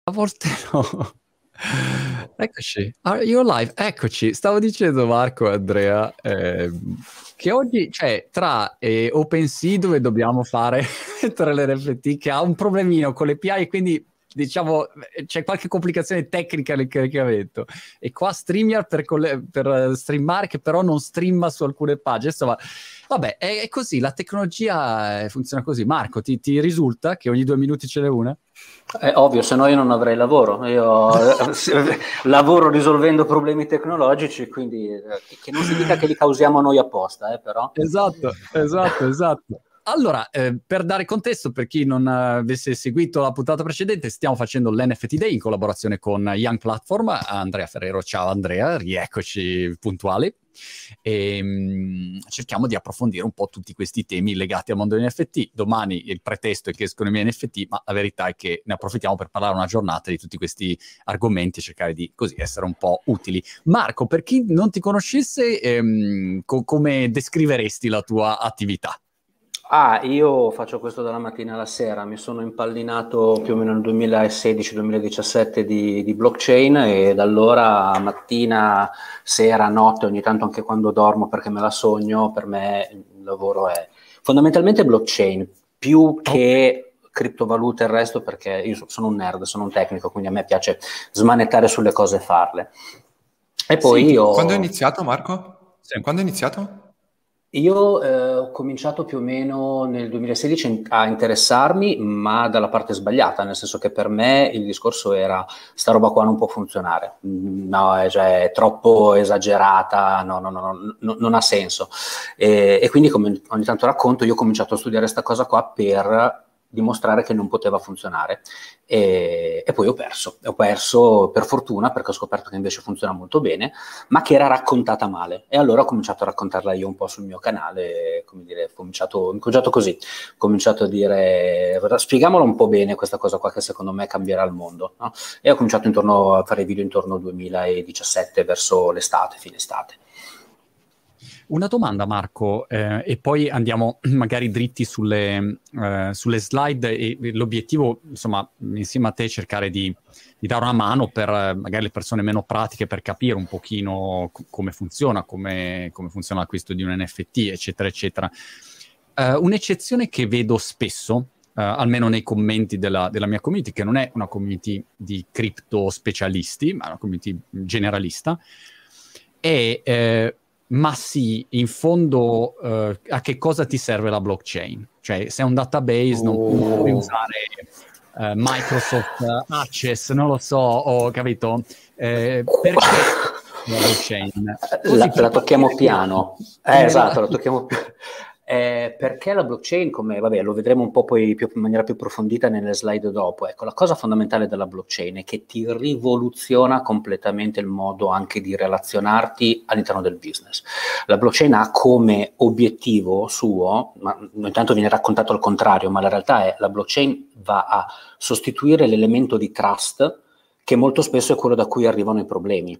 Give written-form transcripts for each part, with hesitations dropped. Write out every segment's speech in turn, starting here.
A volte no. Eccoci, you're live, eccoci. Stavo dicendo Marco e Andrea che oggi, cioè, tra OpenSea dove dobbiamo fare tra l'NFT, che ha un problemino con le API, quindi diciamo c'è qualche complicazione tecnica nel caricamento, e qua StreamYard per streamare, che però non streama su alcune pagine. Insomma, vabbè, è così, la tecnologia funziona così. Marco, ti risulta che ogni 2 minuti ce n'è una? È ovvio, se no io non avrei lavoro. Io lavoro risolvendo problemi tecnologici, quindi che non si dica che li causiamo noi apposta, però. Esatto. Allora, per dare contesto, per chi non avesse seguito la puntata precedente, stiamo facendo l'NFT Day in collaborazione con Young Platform. Andrea Ferrero, ciao Andrea, rieccoci puntuali. E cerchiamo di approfondire un po' tutti questi temi legati al mondo degli NFT. Domani il pretesto è che escono i miei NFT, ma la verità è che ne approfittiamo per parlare una giornata di tutti questi argomenti e cercare di così essere un po' utili. Marco, per chi non ti conoscesse, come descriveresti la tua attività? Io faccio questo dalla mattina alla sera, mi sono impallinato più o meno nel 2016-2017 di blockchain, e da allora mattina, sera, notte, ogni tanto anche quando dormo perché me la sogno, per me il lavoro è fondamentalmente blockchain, più che criptovalute e il resto, perché io sono un nerd, sono un tecnico, quindi a me piace smanettare sulle cose e farle. E poi sì, io... Quando hai iniziato, Marco? Sì. Quando hai iniziato? Io ho cominciato più o meno nel 2016 a interessarmi, ma dalla parte sbagliata, nel senso che per me il discorso era: sta roba qua non può funzionare, no, è troppo esagerata, no, non ha senso. E quindi, come ogni tanto racconto, io ho cominciato a studiare questa cosa qua per dimostrare che non poteva funzionare, e poi ho perso per fortuna, perché ho scoperto che invece funziona molto bene, ma che era raccontata male, e allora ho cominciato a raccontarla io un po' sul mio canale. Come dire, ho cominciato così, ho cominciato a dire: spieghiamola un po' bene questa cosa qua, che secondo me cambierà il mondo, no? E ho cominciato a fare video intorno al 2017, verso l'estate, fine estate. Una domanda, Marco, e poi andiamo magari dritti sulle slide, e l'obiettivo, insomma, insieme a te, cercare di dare una mano per magari le persone meno pratiche, per capire un pochino come funziona l'acquisto di un NFT, eccetera, eccetera. Un'eccezione che vedo spesso, almeno nei commenti della mia community, che non è una community di cripto specialisti, ma una community generalista, è... ma sì, in fondo a che cosa ti serve la blockchain? Cioè, se è un database non puoi usare Microsoft Access, non lo so, ho capito? Perché la blockchain? La tocchiamo piano. Esatto, la tocchiamo piano. Perché la blockchain, lo vedremo un po' poi in maniera più approfondita nelle slide dopo. Ecco, la cosa fondamentale della blockchain è che ti rivoluziona completamente il modo anche di relazionarti all'interno del business. La blockchain ha come obiettivo suo, ma intanto viene raccontato al contrario, ma la realtà è: la blockchain va a sostituire l'elemento di trust, che molto spesso è quello da cui arrivano i problemi.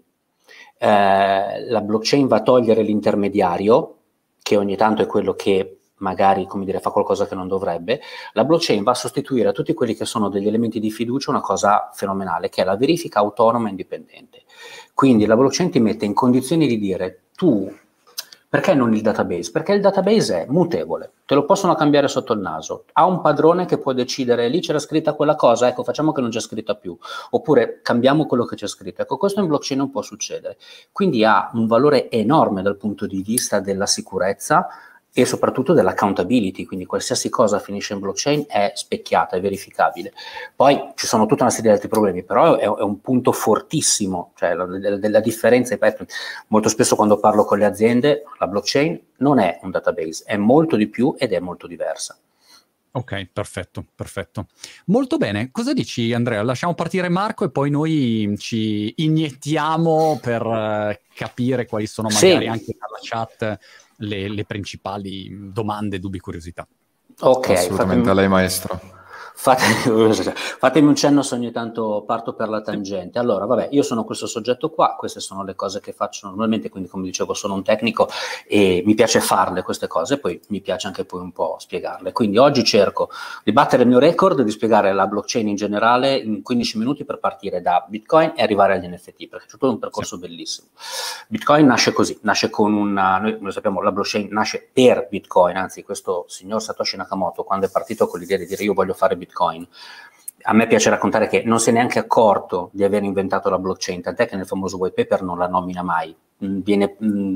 La blockchain va a togliere l'intermediario, che ogni tanto è quello che magari, fa qualcosa che non dovrebbe. La blockchain va a sostituire a tutti quelli che sono degli elementi di fiducia una cosa fenomenale, che è la verifica autonoma e indipendente. Quindi la blockchain ti mette in condizioni di dire: tu, perché non il database? Perché il database è mutevole, te lo possono cambiare sotto il naso, ha un padrone che può decidere: lì c'era scritta quella cosa, ecco, facciamo che non c'è scritta più, oppure cambiamo quello che c'è scritto. Ecco, questo in blockchain non può succedere, quindi ha un valore enorme dal punto di vista della sicurezza e soprattutto dell'accountability, quindi qualsiasi cosa finisce in blockchain è specchiata, è verificabile. Poi ci sono tutta una serie di altri problemi, però è un punto fortissimo, cioè la differenza. Molto spesso quando parlo con le aziende, la blockchain non è un database, è molto di più ed è molto diversa. Ok, perfetto. Molto bene. Cosa dici, Andrea? Lasciamo partire Marco e poi noi ci iniettiamo per capire quali sono magari anche dalla chat le principali domande, dubbi, curiosità. Ok. Assolutamente, a lei maestro. Fatemi un cenno se ogni tanto parto per la tangente. Allora, vabbè, io sono questo soggetto qua, queste sono le cose che faccio normalmente, quindi come dicevo sono un tecnico e mi piace farle queste cose, poi mi piace anche poi un po' spiegarle. Quindi oggi cerco di battere il mio record, di spiegare la blockchain in generale in 15 minuti per partire da Bitcoin e arrivare agli NFT, perché c'è tutto un percorso bellissimo. Bitcoin nasce così, nasce con noi sappiamo la blockchain nasce per Bitcoin, anzi questo signor Satoshi Nakamoto quando è partito con l'idea di dire io voglio fare Bitcoin, a me piace raccontare che non si è neanche accorto di aver inventato la blockchain, tant'è che nel famoso white paper non la nomina mai, viene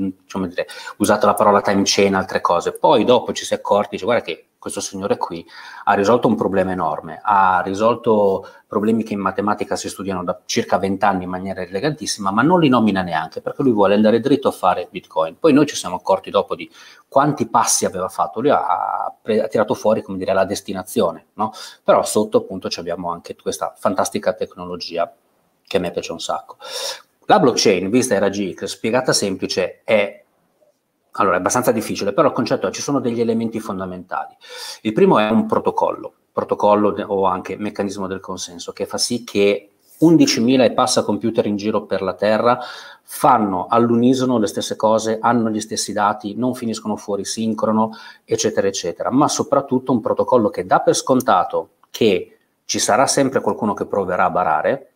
usata la parola time chain, altre cose, poi dopo ci si è accorti, dice guarda che questo signore qui ha risolto un problema enorme, ha risolto problemi che in matematica si studiano da circa 20 anni in maniera elegantissima, ma non li nomina neanche perché lui vuole andare dritto a fare Bitcoin. Poi noi ci siamo accorti dopo di quanti passi aveva fatto, lui ha tirato fuori, come dire, la destinazione, no? Però sotto appunto abbiamo anche questa fantastica tecnologia che a me piace un sacco. La blockchain, vista era GX, spiegata semplice, è abbastanza difficile, però il concetto è che ci sono degli elementi fondamentali. Il primo è un protocollo o anche meccanismo del consenso, che fa sì che 11.000 e passa computer in giro per la Terra fanno all'unisono le stesse cose, hanno gli stessi dati, non finiscono fuori sincrono, eccetera, eccetera, ma soprattutto un protocollo che dà per scontato che ci sarà sempre qualcuno che proverà a barare,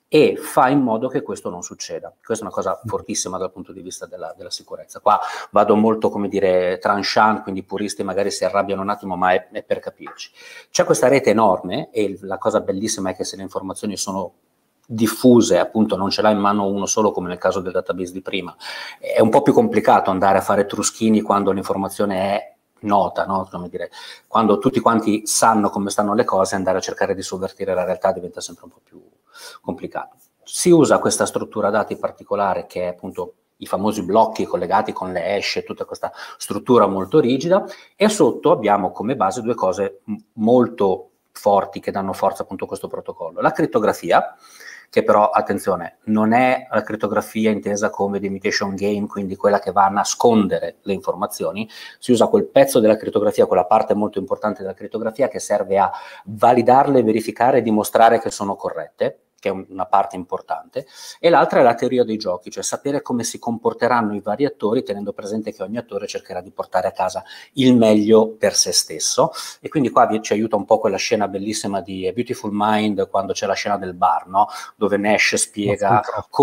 e fa in modo che questo non succeda. Questa è una cosa fortissima dal punto di vista della sicurezza. Qua vado molto, come dire, tranchant, quindi i puristi magari si arrabbiano un attimo, ma è per capirci. C'è questa rete enorme e la cosa bellissima è che se le informazioni sono diffuse, appunto non ce l'ha in mano uno solo come nel caso del database di prima, è un po' più complicato andare a fare truschini quando l'informazione è nota, no? Come dire, quando tutti quanti sanno come stanno le cose, andare a cercare di sovvertire la realtà diventa sempre un po' più complicato. Si usa questa struttura dati particolare che è appunto i famosi blocchi collegati con le hash, tutta questa struttura molto rigida, e sotto abbiamo come base due cose molto forti che danno forza appunto a questo protocollo. La crittografia, che però, attenzione, non è la crittografia intesa come the imitation game, quindi quella che va a nascondere le informazioni, si usa quel pezzo della crittografia, quella parte molto importante della crittografia che serve a validarle, verificare e dimostrare che sono corrette, che è una parte importante, e l'altra è la teoria dei giochi, cioè sapere come si comporteranno i vari attori, tenendo presente che ogni attore cercherà di portare a casa il meglio per se stesso, e quindi qua ci aiuta un po' quella scena bellissima di A Beautiful Mind, quando c'è la scena del bar, no? Dove Nash spiega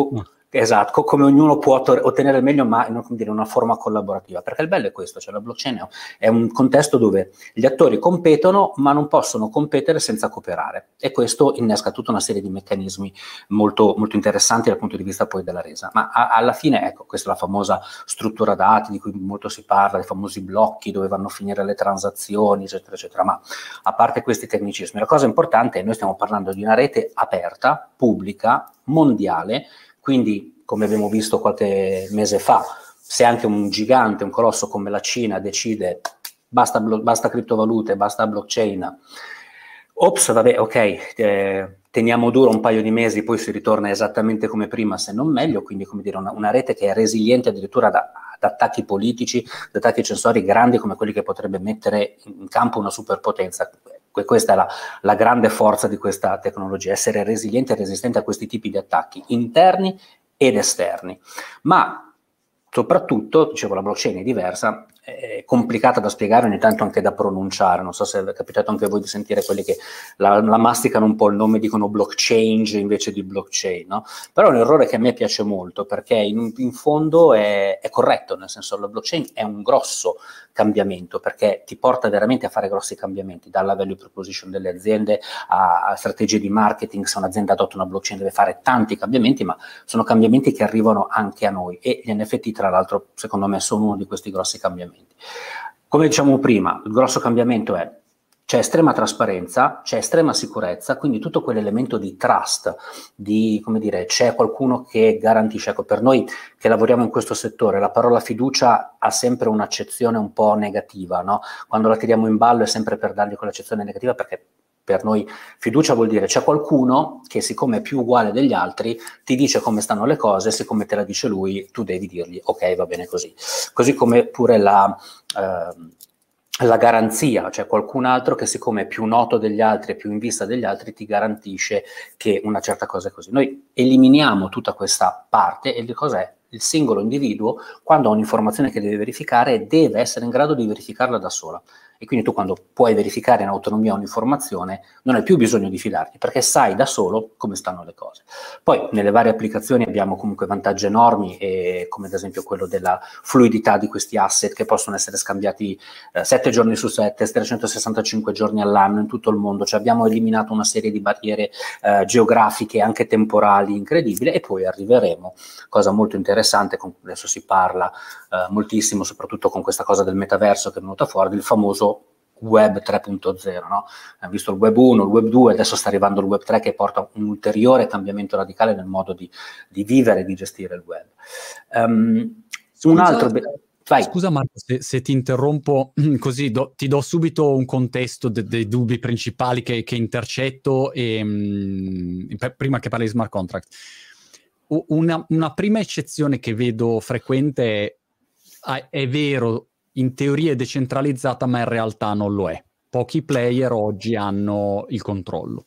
esatto, come ognuno può ottenere il meglio, ma in una forma collaborativa, perché il bello è questo, cioè la blockchain è un contesto dove gli attori competono, ma non possono competere senza cooperare, e questo innesca tutta una serie di meccanismi molto, molto interessanti dal punto di vista poi della resa, ma alla fine, ecco, questa è la famosa struttura dati di cui molto si parla, i famosi blocchi dove vanno a finire le transazioni, eccetera, eccetera, ma a parte questi tecnicismi, la cosa importante è che noi stiamo parlando di una rete aperta, pubblica, mondiale. Quindi, come abbiamo visto qualche mese fa, se anche un gigante, un colosso come la Cina decide basta criptovalute, basta blockchain, ops, vabbè, ok, teniamo duro un paio di mesi, poi si ritorna esattamente come prima, se non meglio, quindi come dire una rete che è resiliente addirittura da attacchi politici, da attacchi censori grandi come quelli che potrebbe mettere in campo una superpotenza. Questa è la grande forza di questa tecnologia, essere resiliente e resistente a questi tipi di attacchi interni ed esterni. Ma soprattutto, dicevo, la blockchain è diversa, è complicata da spiegare, ogni tanto anche da pronunciare. Non so se è capitato anche a voi di sentire quelli che la masticano un po' il nome, dicono blockchain invece di blockchain, no? Però è un errore che a me piace molto, perché in fondo è corretto, nel senso la blockchain è un grosso cambiamento, perché ti porta veramente a fare grossi cambiamenti, dalla value proposition delle aziende a strategie di marketing. Se un'azienda adotta una blockchain deve fare tanti cambiamenti, ma sono cambiamenti che arrivano anche a noi, e gli NFT tra l'altro secondo me sono uno di questi grossi cambiamenti. Come diciamo prima, il grosso cambiamento è: c'è estrema trasparenza, c'è estrema sicurezza, quindi tutto quell'elemento di trust, di, come dire, c'è qualcuno che garantisce. Ecco, per noi che lavoriamo in questo settore, la parola fiducia ha sempre un'accezione un po' negativa, no? Quando la tiriamo in ballo è sempre per dargli quell'accezione negativa, perché per noi fiducia vuol dire c'è qualcuno che, siccome è più uguale degli altri, ti dice come stanno le cose, siccome te la dice lui, tu devi dirgli ok, va bene così. Così come pure la garanzia, cioè qualcun altro che siccome è più noto degli altri e più in vista degli altri ti garantisce che una certa cosa è così. Noi eliminiamo tutta questa parte e che cos'è? Il singolo individuo, quando ha un'informazione che deve verificare, deve essere in grado di verificarla da sola. E quindi tu quando puoi verificare in autonomia un'informazione non hai più bisogno di fidarti, perché sai da solo come stanno le cose. Poi nelle varie applicazioni abbiamo comunque vantaggi enormi, come ad esempio quello della fluidità di questi asset che possono essere scambiati 7 giorni su 7, 365 giorni all'anno in tutto il mondo. Cioè abbiamo eliminato una serie di barriere geografiche, anche temporali, incredibile, e poi arriveremo, cosa molto interessante, adesso si parla moltissimo, soprattutto con questa cosa del metaverso che è venuta fuori, del famoso Web 3.0, no? Abbiamo visto il Web 1, il Web 2, adesso sta arrivando il Web 3 che porta un ulteriore cambiamento radicale nel modo di vivere e di gestire il web. Un altro... Scusa Marco se ti interrompo così, ti do subito un contesto dei dubbi principali che intercetto prima che parli di smart contract. Una prima eccezione che vedo frequente è vero, in teoria è decentralizzata, ma in realtà non lo è. Pochi player oggi hanno il controllo.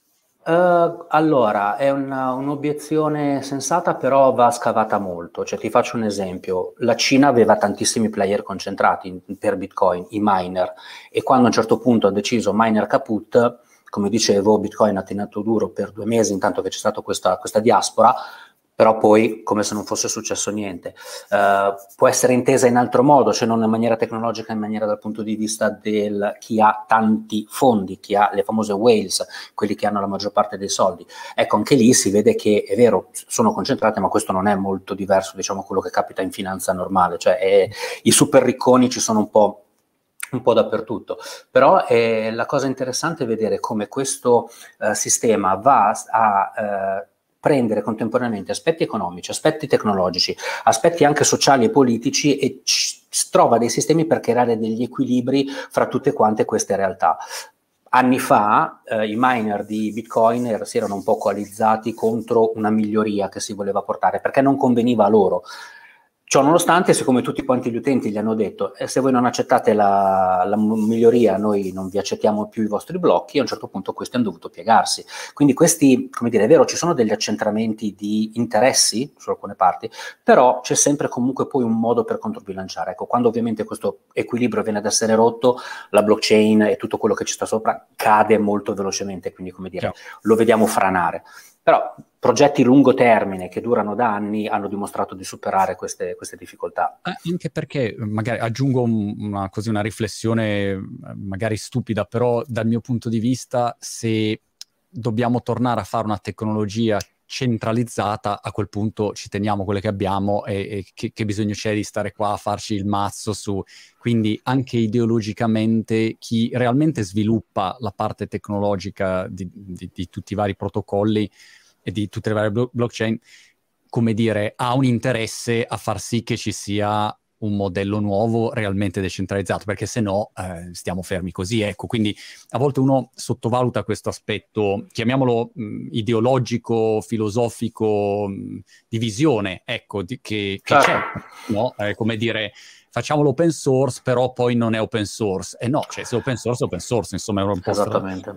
Allora, è un'obiezione sensata, però va scavata molto. Cioè, ti faccio un esempio. La Cina aveva tantissimi player concentrati per Bitcoin, i miner, e quando a un certo punto ha deciso miner kaput, come dicevo, Bitcoin ha tenuto duro per 2 mesi, intanto che c'è stata questa diaspora, però poi come se non fosse successo niente. Può essere intesa in altro modo, cioè non in maniera tecnologica, in maniera dal punto di vista del chi ha tanti fondi, chi ha le famose whales, quelli che hanno la maggior parte dei soldi. Ecco, anche lì si vede che è vero, sono concentrate, ma questo non è molto diverso, diciamo, quello che capita in finanza normale, cioè i super ricconi ci sono un po' dappertutto, però la cosa interessante è vedere come questo sistema va a prendere contemporaneamente aspetti economici, aspetti tecnologici, aspetti anche sociali e politici, e trova dei sistemi per creare degli equilibri fra tutte quante queste realtà. Anni fa i miner di Bitcoin si erano un po' coalizzati contro una miglioria che si voleva portare, perché non conveniva a loro. Ciò nonostante, siccome tutti quanti gli utenti gli hanno detto se voi non accettate la miglioria, noi non vi accettiamo più i vostri blocchi, a un certo punto questi hanno dovuto piegarsi. Quindi questi, come dire, è vero, ci sono degli accentramenti di interessi su alcune parti, però c'è sempre comunque poi un modo per controbilanciare. Ecco, quando ovviamente questo equilibrio viene ad essere rotto, la blockchain e tutto quello che ci sta sopra cade molto velocemente, quindi come dire, lo vediamo franare. Però progetti lungo termine che durano da anni hanno dimostrato di superare queste difficoltà. Anche perché, magari aggiungo una riflessione magari stupida, però dal mio punto di vista, se dobbiamo tornare a fare una tecnologia centralizzata, a quel punto ci teniamo quelle che abbiamo e che bisogno c'è di stare qua a farci il mazzo su. Quindi anche ideologicamente chi realmente sviluppa la parte tecnologica di tutti i vari protocolli e di tutte le varie blockchain, come dire, ha un interesse a far sì che ci sia un modello nuovo realmente decentralizzato, perché se no stiamo fermi così, ecco. Quindi a volte uno sottovaluta questo aspetto, chiamiamolo ideologico, filosofico, di visione, ecco, che c'è, no? Come dire, facciamolo open source, però poi non è open source. No, cioè se open source, insomma, è un po' esattamente.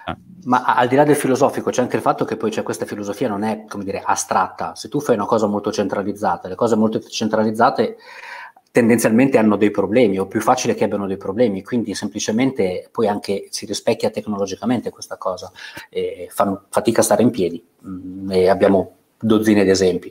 Ma al di là del filosofico c'è anche il fatto che poi c'è questa filosofia, non è, come dire, astratta. Se tu fai una cosa molto centralizzata, le cose molto centralizzate tendenzialmente hanno dei problemi, o è più facile che abbiano dei problemi, quindi semplicemente poi anche si rispecchia tecnologicamente questa cosa, e fanno fatica a stare in piedi, e abbiamo dozzine di esempi.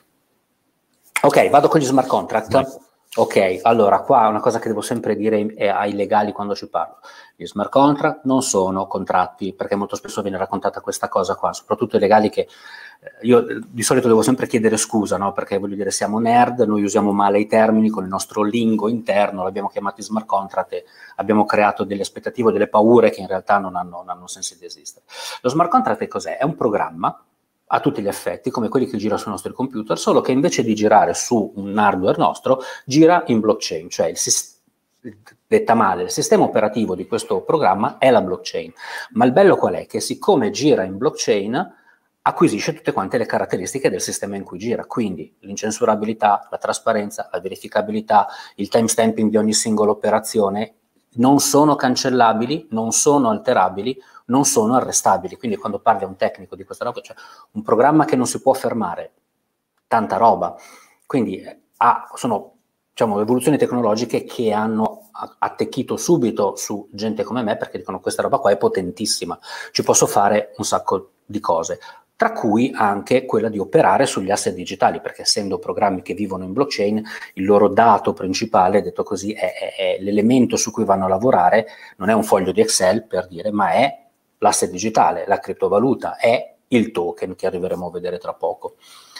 Ok, vado con gli smart contract. Ok, allora qua una cosa che devo sempre dire ai legali quando ci parlo: gli smart contract non sono contratti, perché molto spesso viene raccontata questa cosa qua, soprattutto i legali, che io di solito devo sempre chiedere scusa, no? Perché voglio dire, siamo nerd, noi usiamo male i termini con il nostro lingo interno, l'abbiamo chiamati smart contract e abbiamo creato delle aspettative, delle paure che in realtà non hanno senso di esistere. Lo smart contract cos'è? È un programma a tutti gli effetti, come quelli che gira sui nostri computer, solo che invece di girare su un hardware nostro, gira in blockchain, cioè detta male, il sistema operativo di questo programma è la blockchain. Ma il bello qual è? Che siccome gira in blockchain, acquisisce tutte quante le caratteristiche del sistema in cui gira, quindi l'incensurabilità, la trasparenza, la verificabilità, il timestamping di ogni singola operazione, non sono cancellabili, non sono alterabili, non sono arrestabili. Quindi quando parli a un tecnico di questa roba, cioè un programma che non si può fermare, tanta roba. Quindi sono, diciamo, evoluzioni tecnologiche che hanno attecchito subito su gente come me, perché dicono questa roba qua è potentissima, ci posso fare un sacco di cose, tra cui anche quella di operare sugli asset digitali, perché essendo programmi che vivono in blockchain, il loro dato principale, detto così, è l'elemento su cui vanno a lavorare, non è un foglio di Excel per dire, ma è l'asset digitale, la criptovaluta, è il token che arriveremo a vedere tra poco.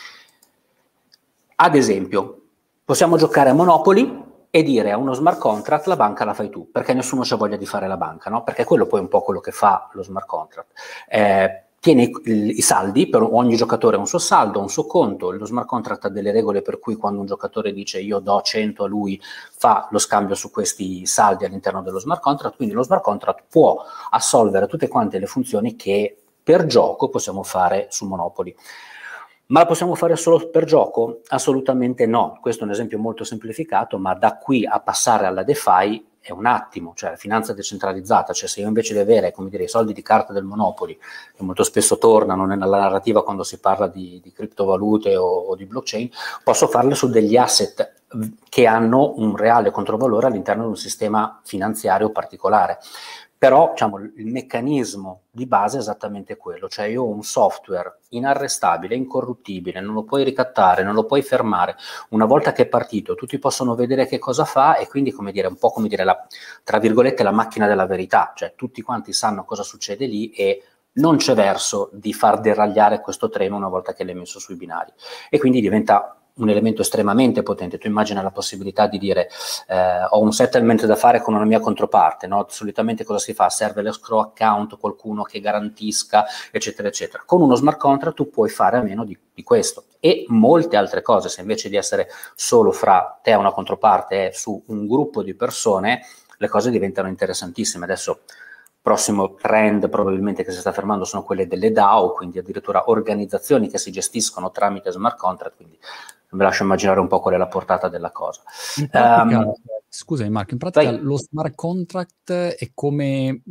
Ad esempio, possiamo giocare a Monopoly e dire a uno smart contract la banca la fai tu, perché nessuno c'ha voglia di fare la banca, no? Perché quello poi è un po' quello che fa lo smart contract. Tiene i saldi, per ogni giocatore ha un suo saldo, un suo conto, lo smart contract ha delle regole per cui quando un giocatore dice io do 100 a lui, fa lo scambio su questi saldi all'interno dello smart contract, quindi lo smart contract può assolvere tutte quante le funzioni che per gioco possiamo fare su Monopoly. Ma la possiamo fare solo per gioco? Assolutamente no. Questo è un esempio molto semplificato, ma da qui a passare alla DeFi è un attimo, cioè la finanza decentralizzata, cioè se io invece di avere, come dire, i soldi di carta del Monopoly, che molto spesso tornano nella narrativa quando si parla di criptovalute o di blockchain, posso farle su degli asset che hanno un reale controvalore all'interno di un sistema finanziario particolare. Però diciamo, il meccanismo di base è esattamente quello, cioè io ho un software inarrestabile, incorruttibile, non lo puoi ricattare, non lo puoi fermare, una volta che è partito tutti possono vedere che cosa fa e quindi come dire, un po' come dire tra virgolette la macchina della verità, cioè tutti quanti sanno cosa succede lì e non c'è verso di far deragliare questo treno una volta che l'hai messo sui binari e quindi diventa un elemento estremamente potente. Tu immagina la possibilità di dire ho un settlement da fare con una mia controparte, no? Solitamente cosa si fa? Serve l'escrow account, qualcuno che garantisca, eccetera, eccetera. Con uno smart contract tu puoi fare a meno di questo e molte altre cose. Se invece di essere solo fra te e una controparte è su un gruppo di persone, le cose diventano interessantissime. Adesso prossimo trend probabilmente che si sta fermando sono quelle delle DAO, quindi addirittura organizzazioni che si gestiscono tramite smart contract, quindi mi lascio immaginare un po' qual è la portata della cosa. In pratica, scusami Marco, in pratica lo smart contract è come,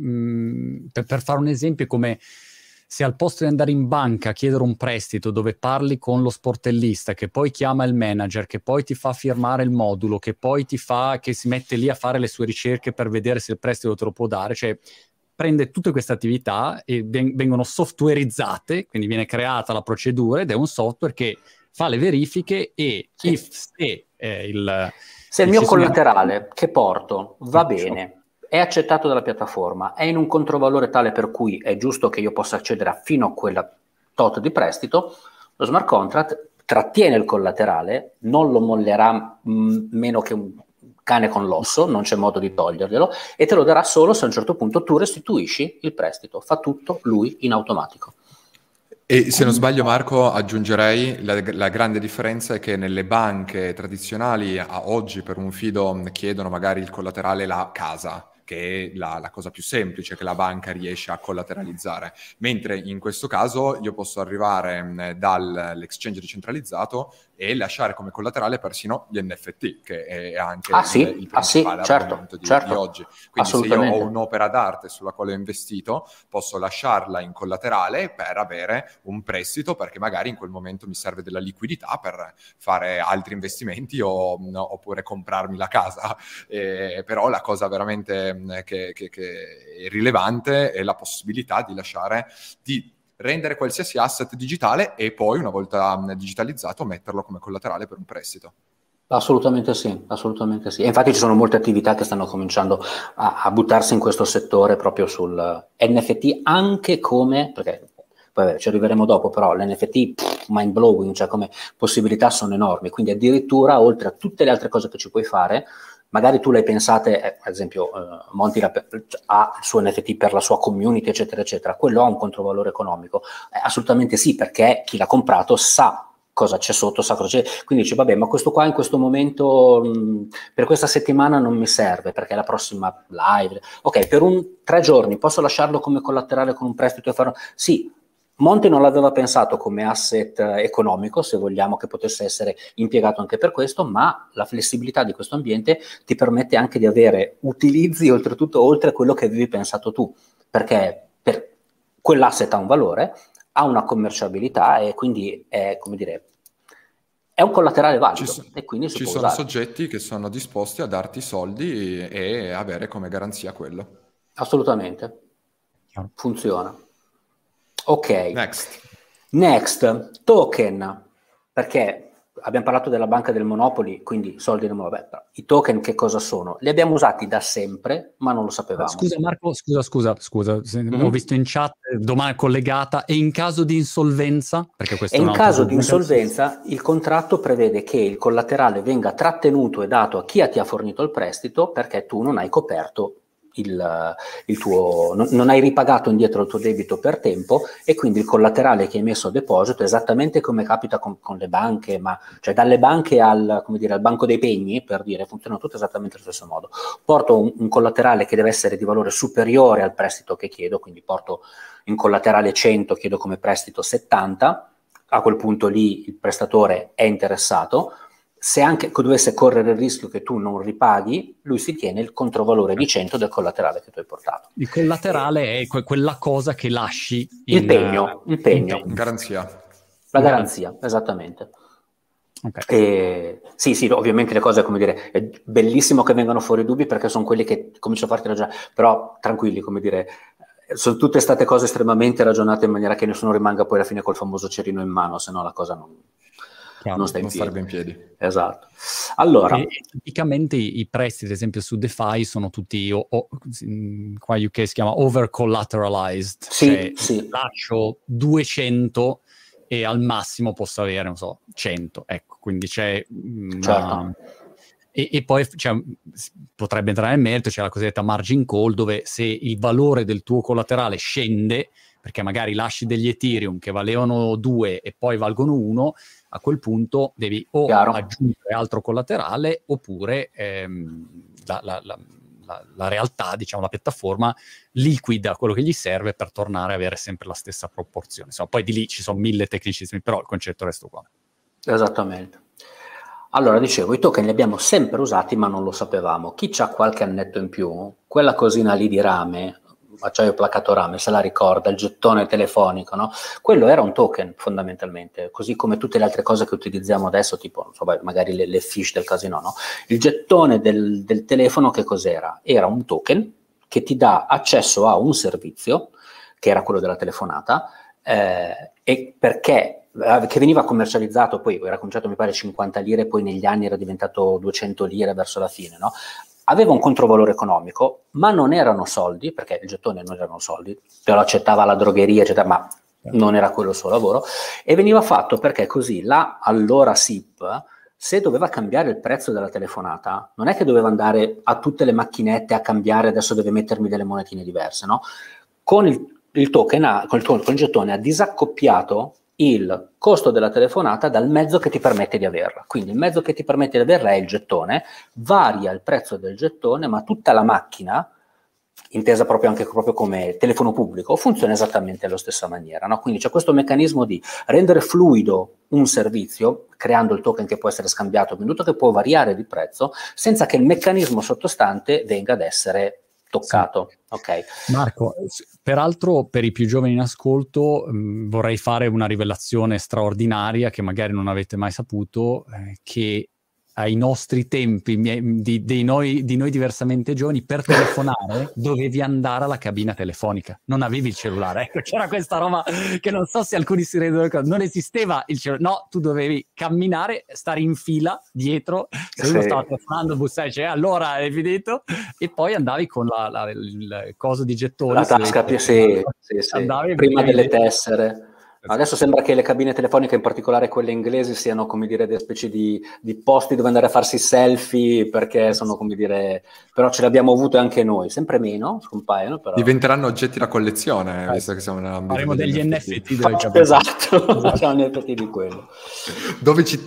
per fare un esempio, è come se al posto di andare in banca a chiedere un prestito dove parli con lo sportellista, che poi chiama il manager, che poi ti fa firmare il modulo, che poi che si mette lì a fare le sue ricerche per vedere se il prestito te lo può dare, cioè prende tutte queste attività e vengono softwareizzate, quindi viene creata la procedura ed è un software che fa le verifiche e se il mio collaterale che porto va bene, è accettato dalla piattaforma, è in un controvalore tale per cui è giusto che io possa accedere fino a quella tot di prestito, lo smart contract trattiene il collaterale, non lo mollerà meno che un cane con l'osso, non c'è modo di toglierglielo, e te lo darà solo se a un certo punto tu restituisci il prestito. Fa tutto lui in automatico. E se non sbaglio, Marco, aggiungerei la grande differenza è che nelle banche tradizionali a oggi per un fido chiedono magari il collaterale la casa, che è la cosa più semplice che la banca riesce a collateralizzare, mentre in questo caso io posso arrivare dall'exchange decentralizzato e lasciare come collaterale persino gli NFT, che è anche il principale argomento di oggi. Quindi se io ho un'opera d'arte sulla quale ho investito, posso lasciarla in collaterale per avere un prestito, perché magari in quel momento mi serve della liquidità per fare altri investimenti oppure comprarmi la casa. Però la cosa veramente che è rilevante è la possibilità di rendere qualsiasi asset digitale e poi, una volta digitalizzato, metterlo come collaterale per un prestito. Assolutamente sì, assolutamente sì. E infatti ci sono molte attività che stanno cominciando a buttarsi in questo settore proprio sul NFT, anche come, perché poi ci arriveremo dopo, però l'NFT mind blowing, cioè come possibilità sono enormi, quindi addirittura oltre a tutte le altre cose che ci puoi fare, magari tu le hai pensate, ad esempio Monty ha il suo NFT per la sua community, eccetera, eccetera, quello ha un controvalore economico? Assolutamente sì, perché chi l'ha comprato sa cosa c'è sotto, sa cosa c'è, quindi dice vabbè, ma questo qua in questo momento per questa settimana non mi serve, perché è la prossima live, ok, per 3 giorni posso lasciarlo come collaterale con un prestito e farlo? Sì, Monti non l'aveva pensato come asset economico, se vogliamo, che potesse essere impiegato anche per questo, ma la flessibilità di questo ambiente ti permette anche di avere utilizzi, oltretutto, oltre quello che avevi pensato tu, perché quell'asset ha un valore, ha una commerciabilità e quindi è, come dire, è un collaterale valido e quindi si ci può sono usare. soggetti che sono disposti a darti soldi e avere come garanzia quello. Assolutamente. Funziona. Ok. Next, token, perché abbiamo parlato della banca del Monopoli, quindi soldi del Monopoli. I token che cosa sono? Li abbiamo usati da sempre, ma non lo sapevamo. Scusa Marco, scusa. Ho visto in chat, domanda collegata, e in caso di insolvenza? Perché questo e in caso di insolvenza il contratto prevede che il collaterale venga trattenuto e dato a chi ti ha fornito il prestito perché tu non hai coperto il tuo, non hai ripagato indietro il tuo debito per tempo e quindi il collaterale che hai messo a deposito, esattamente come capita con le banche, ma cioè dalle banche al banco dei pegni, per dire, funzionano tutte esattamente allo stesso modo. Porto un collaterale che deve essere di valore superiore al prestito che chiedo, quindi porto in collaterale 100, chiedo come prestito 70, a quel punto lì il prestatore è interessato. Se anche dovesse correre il rischio che tu non ripaghi, lui si tiene il controvalore di 100 del collaterale che tu hai portato. Il collaterale è quella cosa che lasci il pegno. Garanzia. La garanzia, esattamente. Okay. Sì, ovviamente le cose, come dire, è bellissimo che vengano fuori dubbi perché sono quelli che comincio a farti ragionare, però tranquilli, come dire, sono tutte state cose estremamente ragionate in maniera che nessuno rimanga poi alla fine col famoso cerino in mano, se no la cosa non sta in piedi. Sarebbe in piedi. Esatto. Allora, tipicamente i prestiti, ad esempio su DeFi, sono tutti qua UK si chiama over collateralized, sì. Lascio 200 e al massimo posso avere, non so, 100, ecco, quindi c'è certo. E poi potrebbe entrare nel merito, c'è la cosiddetta margin call, dove se il valore del tuo collaterale scende, perché magari lasci degli Ethereum che valevano 2 e poi valgono 1, a quel punto devi aggiungere altro collaterale oppure la realtà, diciamo, la piattaforma liquida quello che gli serve per tornare a avere sempre la stessa proporzione. Insomma, poi di lì ci sono 1000 tecnicismi, però il concetto resta uguale. Esattamente. Allora, dicevo, i token li abbiamo sempre usati ma non lo sapevamo. Chi c'ha qualche annetto in più, quella cosina lì di rame, acciaio placato rame, se la ricorda, il gettone telefonico, no? Quello era un token fondamentalmente, così come tutte le altre cose che utilizziamo adesso, tipo, non so, magari le fiche del casino, no? Il gettone del telefono che cos'era? Era un token che ti dà accesso a un servizio, che era quello della telefonata, e perché che veniva commercializzato, poi era cominciato mi pare 50 lire, poi negli anni era diventato 200 lire verso la fine, no? Aveva un controvalore economico, ma non erano soldi, perché il gettone non erano soldi, te lo accettava la drogheria, eccetera, ma non era quello il suo lavoro, e veniva fatto perché così allora SIP, se doveva cambiare il prezzo della telefonata, non è che doveva andare a tutte le macchinette a cambiare, adesso deve mettermi delle monetine diverse, no? Con il token, con il gettone ha disaccoppiato il costo della telefonata dal mezzo che ti permette di averla. Quindi il mezzo che ti permette di averla è il gettone, varia il prezzo del gettone, ma tutta la macchina, intesa proprio come telefono pubblico, funziona esattamente alla stessa maniera, no? Quindi c'è questo meccanismo di rendere fluido un servizio, creando il token che può essere scambiato, minuto che può variare di prezzo, senza che il meccanismo sottostante venga ad essere toccato. Sì. Ok. Marco, peraltro per i più giovani in ascolto vorrei fare una rivelazione straordinaria che magari non avete mai saputo, che ai nostri tempi, di noi diversamente giovani, per telefonare dovevi andare alla cabina telefonica, non avevi il cellulare. Ecco, c'era questa roba che non so se alcuni si rendono conto, non esisteva il cellulare, no, tu dovevi camminare, stare in fila dietro, se uno stava telefonando, bussare, cioè allora è finito, e poi andavi con il coso di gettoni. La tasca, sì. Prima delle tessere. Adesso sembra che le cabine telefoniche, in particolare quelle inglesi, siano, come dire, delle specie di posti dove andare a farsi selfie, perché sono, come dire, però ce le abbiamo avute anche noi, sempre meno, scompaiono, però diventeranno oggetti da collezione, visto che siamo nell'ambito. Faremo degli NFT esatto, facciamo gli NFT di quello. Dove ci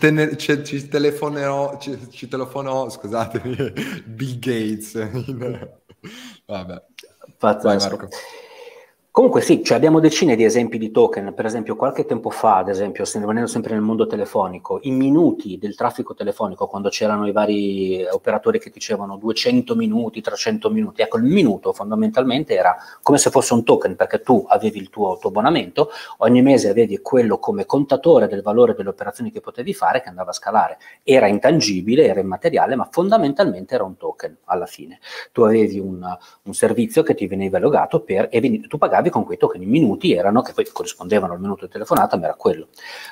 telefono, scusatemi, Bill Gates. Vabbè. Pazzesco. Comunque sì, cioè abbiamo decine di esempi di token. Per esempio qualche tempo fa, ad esempio, rimanendo sempre nel mondo telefonico, i minuti del traffico telefonico, quando c'erano i vari operatori che dicevano 200 minuti, 300 minuti, ecco, il minuto fondamentalmente era come se fosse un token, perché tu avevi il tuo abbonamento, ogni mese avevi quello come contatore del valore delle operazioni che potevi fare, che andava a scalare. Era intangibile, era immateriale, ma fondamentalmente era un token alla fine. Tu avevi un servizio che ti veniva erogato e tu pagavi con quei token. I minuti erano, che poi corrispondevano al minuto di telefonata, ma era quello.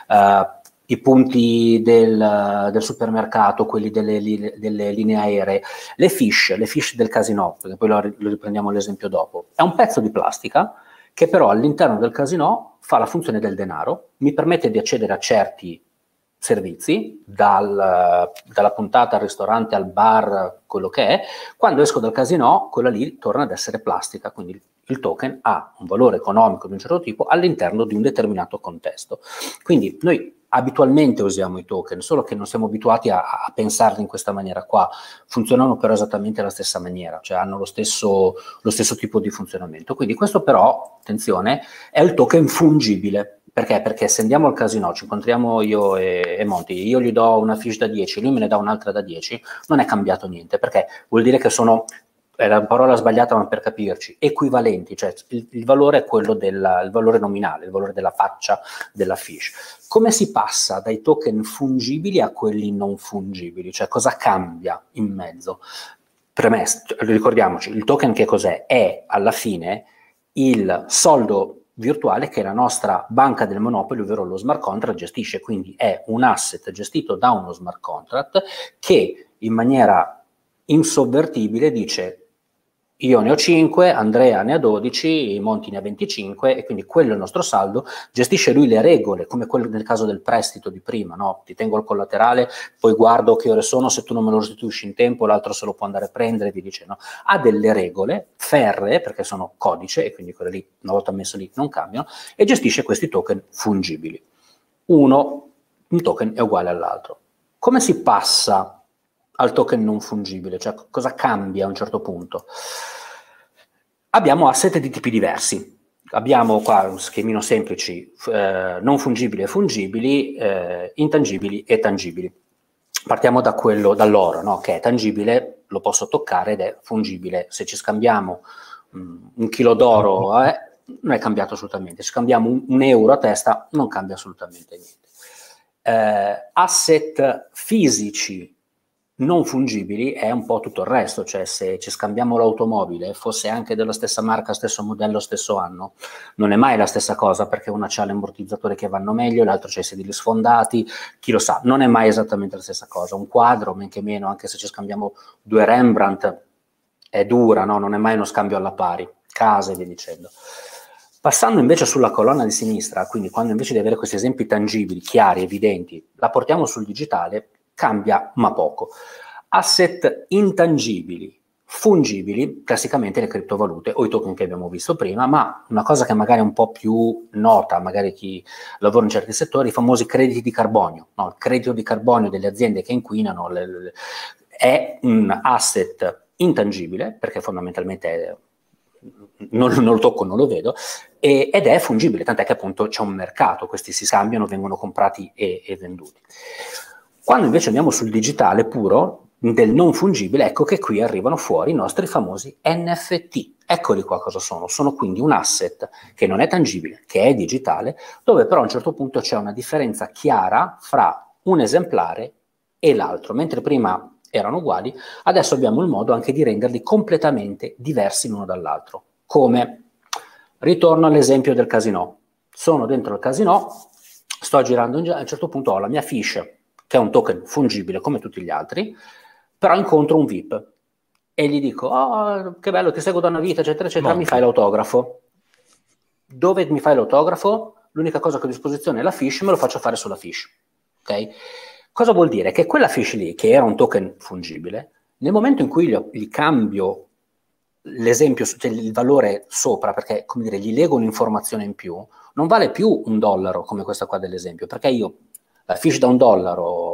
I punti del supermercato, quelli delle linee aeree, le fiche del casino, perché poi lo riprendiamo l'esempio dopo, è un pezzo di plastica che però all'interno del casino fa la funzione del denaro, mi permette di accedere a certi servizi, dalla puntata al ristorante, al bar, quello che è. Quando esco dal casino, quella lì torna ad essere plastica, quindi il token ha un valore economico di un certo tipo all'interno di un determinato contesto. Quindi noi abitualmente usiamo i token, solo che non siamo abituati a pensarli in questa maniera qua. Funzionano però esattamente alla stessa maniera, cioè hanno lo stesso tipo di funzionamento. Quindi questo però, attenzione, è il token fungibile. Perché? Perché se andiamo al casino, ci incontriamo io e Monti, io gli do una fiche da 10, lui me ne dà un'altra da 10, non è cambiato niente, perché vuol dire che sono, è la parola sbagliata ma per capirci, equivalenti, cioè il valore è quello il valore nominale, il valore della faccia della fiche. Come si passa dai token fungibili a quelli non fungibili? Cioè cosa cambia in mezzo? Premesso, ricordiamoci, il token che cos'è? È alla fine il soldo virtuale che la nostra banca del Monopoly, ovvero lo smart contract, gestisce. Quindi è un asset gestito da uno smart contract che in maniera insovvertibile dice: io ne ho 5, Andrea ne ha 12, Monti ne ha 25, e quindi quello è il nostro saldo. Gestisce lui le regole, come quello nel caso del prestito di prima, no? Ti tengo il collaterale, poi guardo che ore sono, se tu non me lo restituisci in tempo l'altro se lo può andare a prendere, e vi dice, no? Ha delle regole ferree, perché sono codice, e quindi quelle lì, una volta messo lì, non cambiano, e gestisce questi token fungibili. Un token è uguale all'altro. Come si passa al token non fungibile? Cioè cosa cambia a un certo punto? Abbiamo asset di tipi diversi. Abbiamo qua un schemino semplici, non fungibili e fungibili, intangibili e tangibili. Partiamo dall'oro, no? Che è tangibile, lo posso toccare ed è fungibile. Se ci scambiamo un chilo d'oro, non è cambiato assolutamente. Se scambiamo un euro a testa, non cambia assolutamente niente. Asset fisici non fungibili è un po' tutto il resto, cioè se ci scambiamo l'automobile, fosse anche della stessa marca, stesso modello, stesso anno, non è mai la stessa cosa, perché una c'ha gli ammortizzatori che vanno meglio, l'altro c'ha i sedili sfondati, chi lo sa, non è mai esattamente la stessa cosa. Un quadro, men che meno, anche se ci scambiamo 2 Rembrandt, è dura, no? Non è mai uno scambio alla pari, case e via dicendo. Passando invece sulla colonna di sinistra, quindi quando invece di avere questi esempi tangibili, chiari, evidenti, la portiamo sul digitale, cambia ma poco. Asset intangibili, fungibili, classicamente le criptovalute o i token che abbiamo visto prima, ma una cosa che magari è un po' più nota, magari chi lavora in certi settori, i famosi crediti di carbonio, no? Il credito di carbonio delle aziende che inquinano è un asset intangibile, perché fondamentalmente non lo tocco, non lo vedo, ed è fungibile, tant'è che appunto c'è un mercato, questi si scambiano, vengono comprati e venduti. Quando invece andiamo sul digitale puro, del non fungibile, ecco che qui arrivano fuori i nostri famosi NFT. Eccoli qua cosa sono. Sono quindi un asset che non è tangibile, che è digitale, dove però a un certo punto c'è una differenza chiara fra un esemplare e l'altro. Mentre prima erano uguali, adesso abbiamo il modo anche di renderli completamente diversi l'uno dall'altro. Come? Ritorno all'esempio del casino. Sono dentro il casino, sto girando, a un certo punto ho la mia fiche, che è un token fungibile come tutti gli altri, però incontro un VIP e gli dico: oh, che bello, ti seguo da una vita, eccetera, eccetera, mi fai l'autografo. Dove mi fai l'autografo? L'unica cosa che ho a disposizione è la fiche, me lo faccio fare sulla fiche. Ok? Cosa vuol dire? Che quella fiche lì, che era un token fungibile, nel momento in cui gli cambio l'esempio, cioè il valore sopra, perché come dire, gli leggo un'informazione in più, non vale più $1 come questa qua dell'esempio, perché io la fiche da $1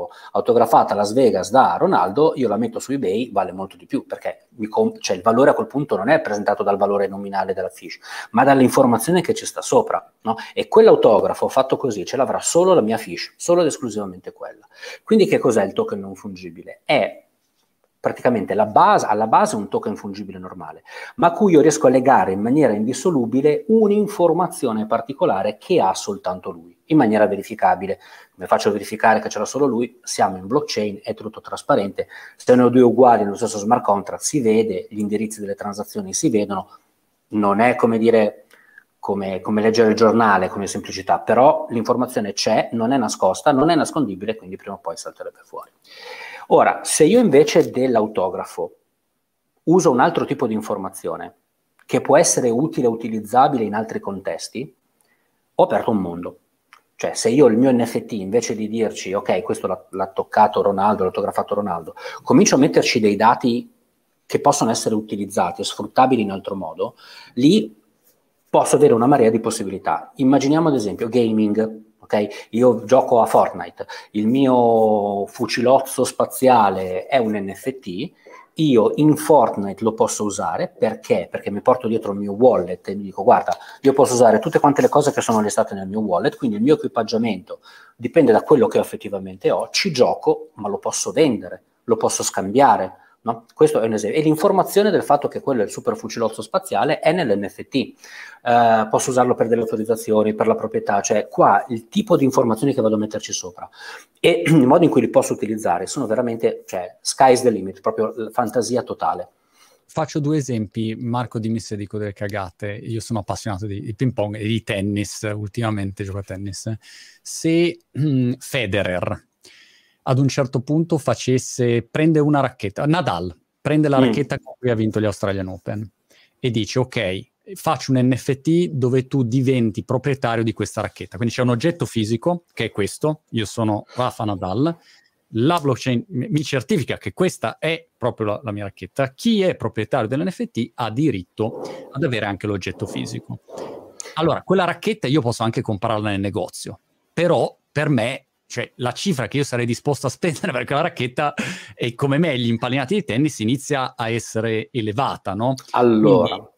foto autografata a Las Vegas da Ronaldo, io la metto su eBay, vale molto di più, perché cioè il valore a quel punto non è rappresentato dal valore nominale della fiche, ma dall'informazione che ci sta sopra, no? E quell'autografo fatto così ce l'avrà solo la mia fiche, solo ed esclusivamente quella. Quindi che cos'è il token non fungibile? È praticamente alla base un token fungibile normale, ma a cui io riesco a legare in maniera indissolubile un'informazione particolare che ha soltanto lui, in maniera verificabile. Come faccio a verificare che ce l'ha solo lui? Siamo in blockchain, è tutto trasparente, se ne ho due uguali nello stesso smart contract si vede, gli indirizzi delle transazioni si vedono, non è come dire come leggere il giornale, come semplicità, però l'informazione c'è, non è nascosta, non è nascondibile, quindi prima o poi salterebbe fuori. Ora, se io invece dell'autografo uso un altro tipo di informazione che può essere utile e utilizzabile in altri contesti, ho aperto un mondo. Cioè, se io il mio NFT, invece di dirci, ok, questo l'ha toccato Ronaldo, l'ha autografato Ronaldo, comincio a metterci dei dati che possono essere utilizzati e sfruttabili in altro modo, lì posso avere una marea di possibilità. Immaginiamo ad esempio gaming. Okay? Io gioco a Fortnite, il mio fucilozzo spaziale è un NFT, io in Fortnite lo posso usare, perché? Perché mi porto dietro il mio wallet e mi dico, guarda, io posso usare tutte quante le cose che sono listate nel mio wallet, quindi il mio equipaggiamento dipende da quello che effettivamente ho, ci gioco, ma lo posso vendere, lo posso scambiare, no? Questo è un esempio. E l'informazione del fatto che quello è il super fucilozzo spaziale è nell'NFT. Posso usarlo per delle autorizzazioni, per la proprietà, cioè qua il tipo di informazioni che vado a metterci sopra e il modo in cui li posso utilizzare sono veramente, cioè, sky's the limit, proprio fantasia totale. Faccio due esempi, Marco, dimmi se dico delle cagate. Io sono appassionato di ping pong e di tennis, ultimamente gioco a tennis. Se Federer ad un certo punto prende una racchetta, Nadal prende la racchetta con cui ha vinto gli Australian Open e dice, ok, faccio un NFT dove tu diventi proprietario di questa racchetta. Quindi c'è un oggetto fisico, che è questo, io sono Rafa Nadal, la blockchain mi certifica che questa è proprio la mia racchetta. Chi è proprietario dell'NFT ha diritto ad avere anche l'oggetto fisico. Allora, quella racchetta io posso anche comprarla nel negozio, però per me, cioè la cifra che io sarei disposto a spendere per quella racchetta e come me gli impallinati di tennis inizia a essere elevata, no? Allora... Quindi,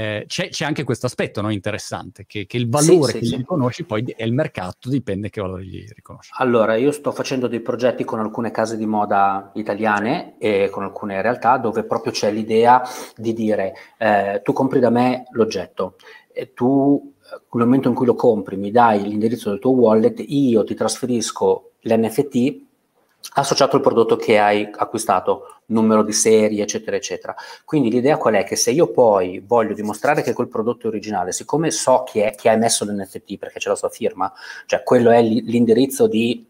c'è anche questo aspetto, no, interessante, che il valore che gli riconosci poi è il mercato, dipende che valore gli riconosci. Allora, io sto facendo dei progetti con alcune case di moda italiane e con alcune realtà dove proprio c'è l'idea di dire tu compri da me l'oggetto e tu nel momento in cui lo compri mi dai l'indirizzo del tuo wallet, io ti trasferisco l'NFT associato al prodotto che hai acquistato, numero di serie, eccetera, eccetera. Quindi l'idea qual è? Che se io poi voglio dimostrare che quel prodotto è originale, siccome so chi ha emesso l'NFT perché c'è la sua firma, cioè quello è l'indirizzo di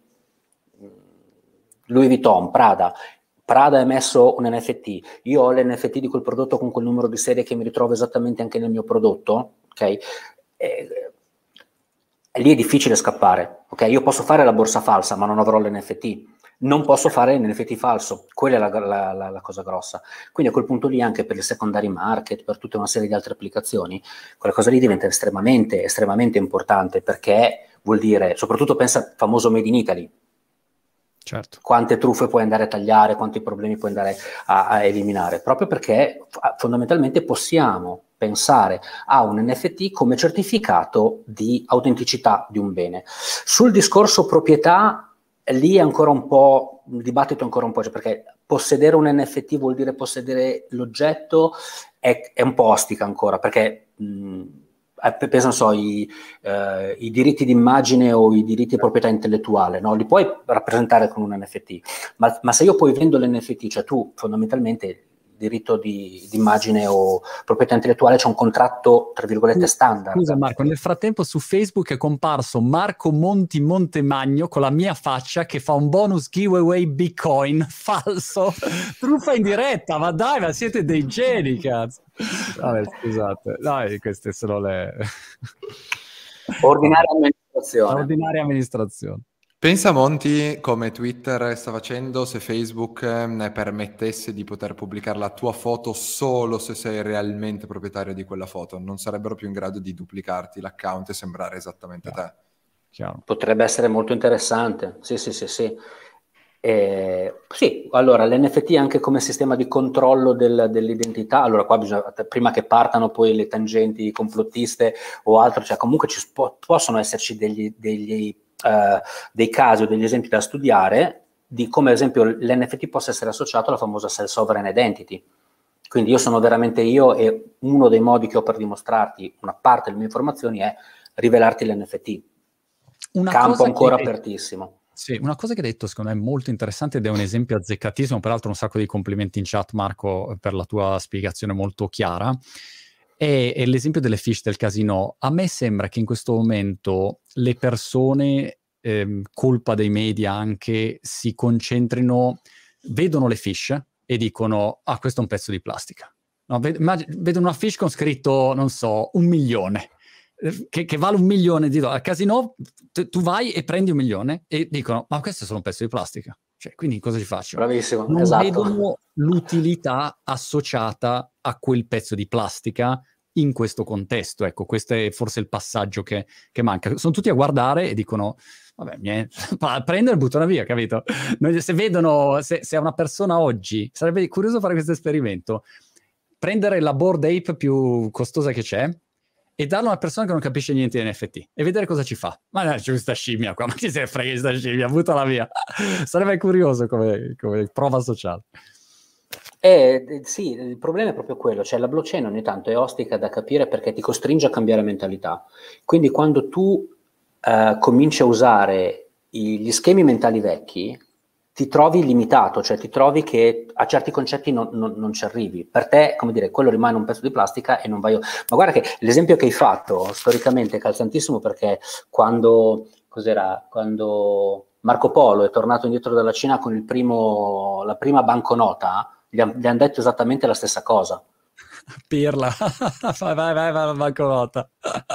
Louis Vuitton, Prada ha emesso un NFT, io ho l'NFT di quel prodotto con quel numero di serie che mi ritrovo esattamente anche nel mio prodotto, ok? Lì è difficile scappare, ok? Io posso fare la borsa falsa, ma non avrò l'NFT. Non posso fare l'NFT falso, quella è la cosa grossa. Quindi a quel punto lì, anche per il secondary market, per tutta una serie di altre applicazioni, quella cosa lì diventa estremamente importante, perché vuol dire, soprattutto pensa al famoso Made in Italy. Certo. Quante truffe puoi andare a tagliare, quanti problemi puoi andare a eliminare, proprio perché fondamentalmente possiamo pensare a un NFT come certificato di autenticità di un bene. Sul discorso proprietà, lì è ancora un po', il dibattito è ancora un po', cioè perché possedere un NFT vuol dire possedere l'oggetto, è un po' ostica ancora, perché penso, non so, i diritti d'immagine o i diritti di proprietà intellettuale, no? Li puoi rappresentare con un NFT, ma se io poi vendo l'NFT, cioè tu fondamentalmente diritto di immagine o proprietà intellettuale c'è un contratto tra virgolette standard. Scusa Marco, nel frattempo su Facebook è comparso Marco Monti Montemagno con la mia faccia che fa un bonus giveaway Bitcoin falso, truffa in diretta, ma dai, ma siete dei geni, cazzo. Vabbè, scusate, dai, queste sono le ordinaria amministrazione. Pensa Monti come Twitter sta facendo se Facebook ne permettesse di poter pubblicare la tua foto solo se sei realmente proprietario di quella foto. Non sarebbero più in grado di duplicarti l'account e sembrare esattamente te. Chiaro. Potrebbe essere molto interessante, sì. Sì, allora l'NFT anche come sistema di controllo dell'identità, allora qua bisogna, prima che partano poi le tangenti complottiste o altro, cioè comunque possono esserci dei casi o degli esempi da studiare di come ad esempio l'NFT possa essere associato alla famosa self-sovereign identity. Quindi io sono veramente io, e uno dei modi che ho per dimostrarti una parte delle mie informazioni è rivelarti l'NFT. Campo ancora apertissimo. Sì, una cosa che hai detto secondo me è molto interessante ed è un esempio azzeccatissimo, peraltro un sacco di complimenti in chat Marco per la tua spiegazione molto chiara, è l'esempio delle fiche del casino. A me sembra che in questo momento le persone, colpa dei media anche, si concentrino, vedono le fiche e dicono questo è un pezzo di plastica. No, vedono una fiche con scritto, non so, 1 milione. Che vale 1 milione di dollari. Al casino tu vai e prendi 1 milione e dicono ma questo è solo un pezzo di plastica, cioè, quindi cosa ci faccio? Bravissimo, non esatto. vedono l'utilità associata a quel pezzo di plastica in questo contesto. Ecco, questo è forse il passaggio che manca. Sono tutti a guardare e dicono vabbè, prendere e buttano via, capito? Se vedono, se a una persona oggi, sarebbe curioso fare questo esperimento, prendere la Bored Ape più costosa che c'è e darlo a una persona che non capisce niente di NFT e vedere cosa ci fa. Ma no, c'è questa scimmia qua, ma chi se ne frega di questa scimmia, buttala via. Sarebbe curioso come prova sociale. Sì, il problema è proprio quello, cioè la blockchain ogni tanto è ostica da capire perché ti costringe a cambiare mentalità. Quindi quando tu cominci a usare gli schemi mentali vecchi, ti trovi limitato, cioè ti trovi che a certi concetti non ci arrivi. Per te, come dire, quello rimane un pezzo di plastica e non vai. Ma guarda che l'esempio che hai fatto storicamente è calzantissimo, perché quando Marco Polo è tornato indietro dalla Cina con la prima banconota, gli hanno detto esattamente la stessa cosa. Pirla, vai la banconota.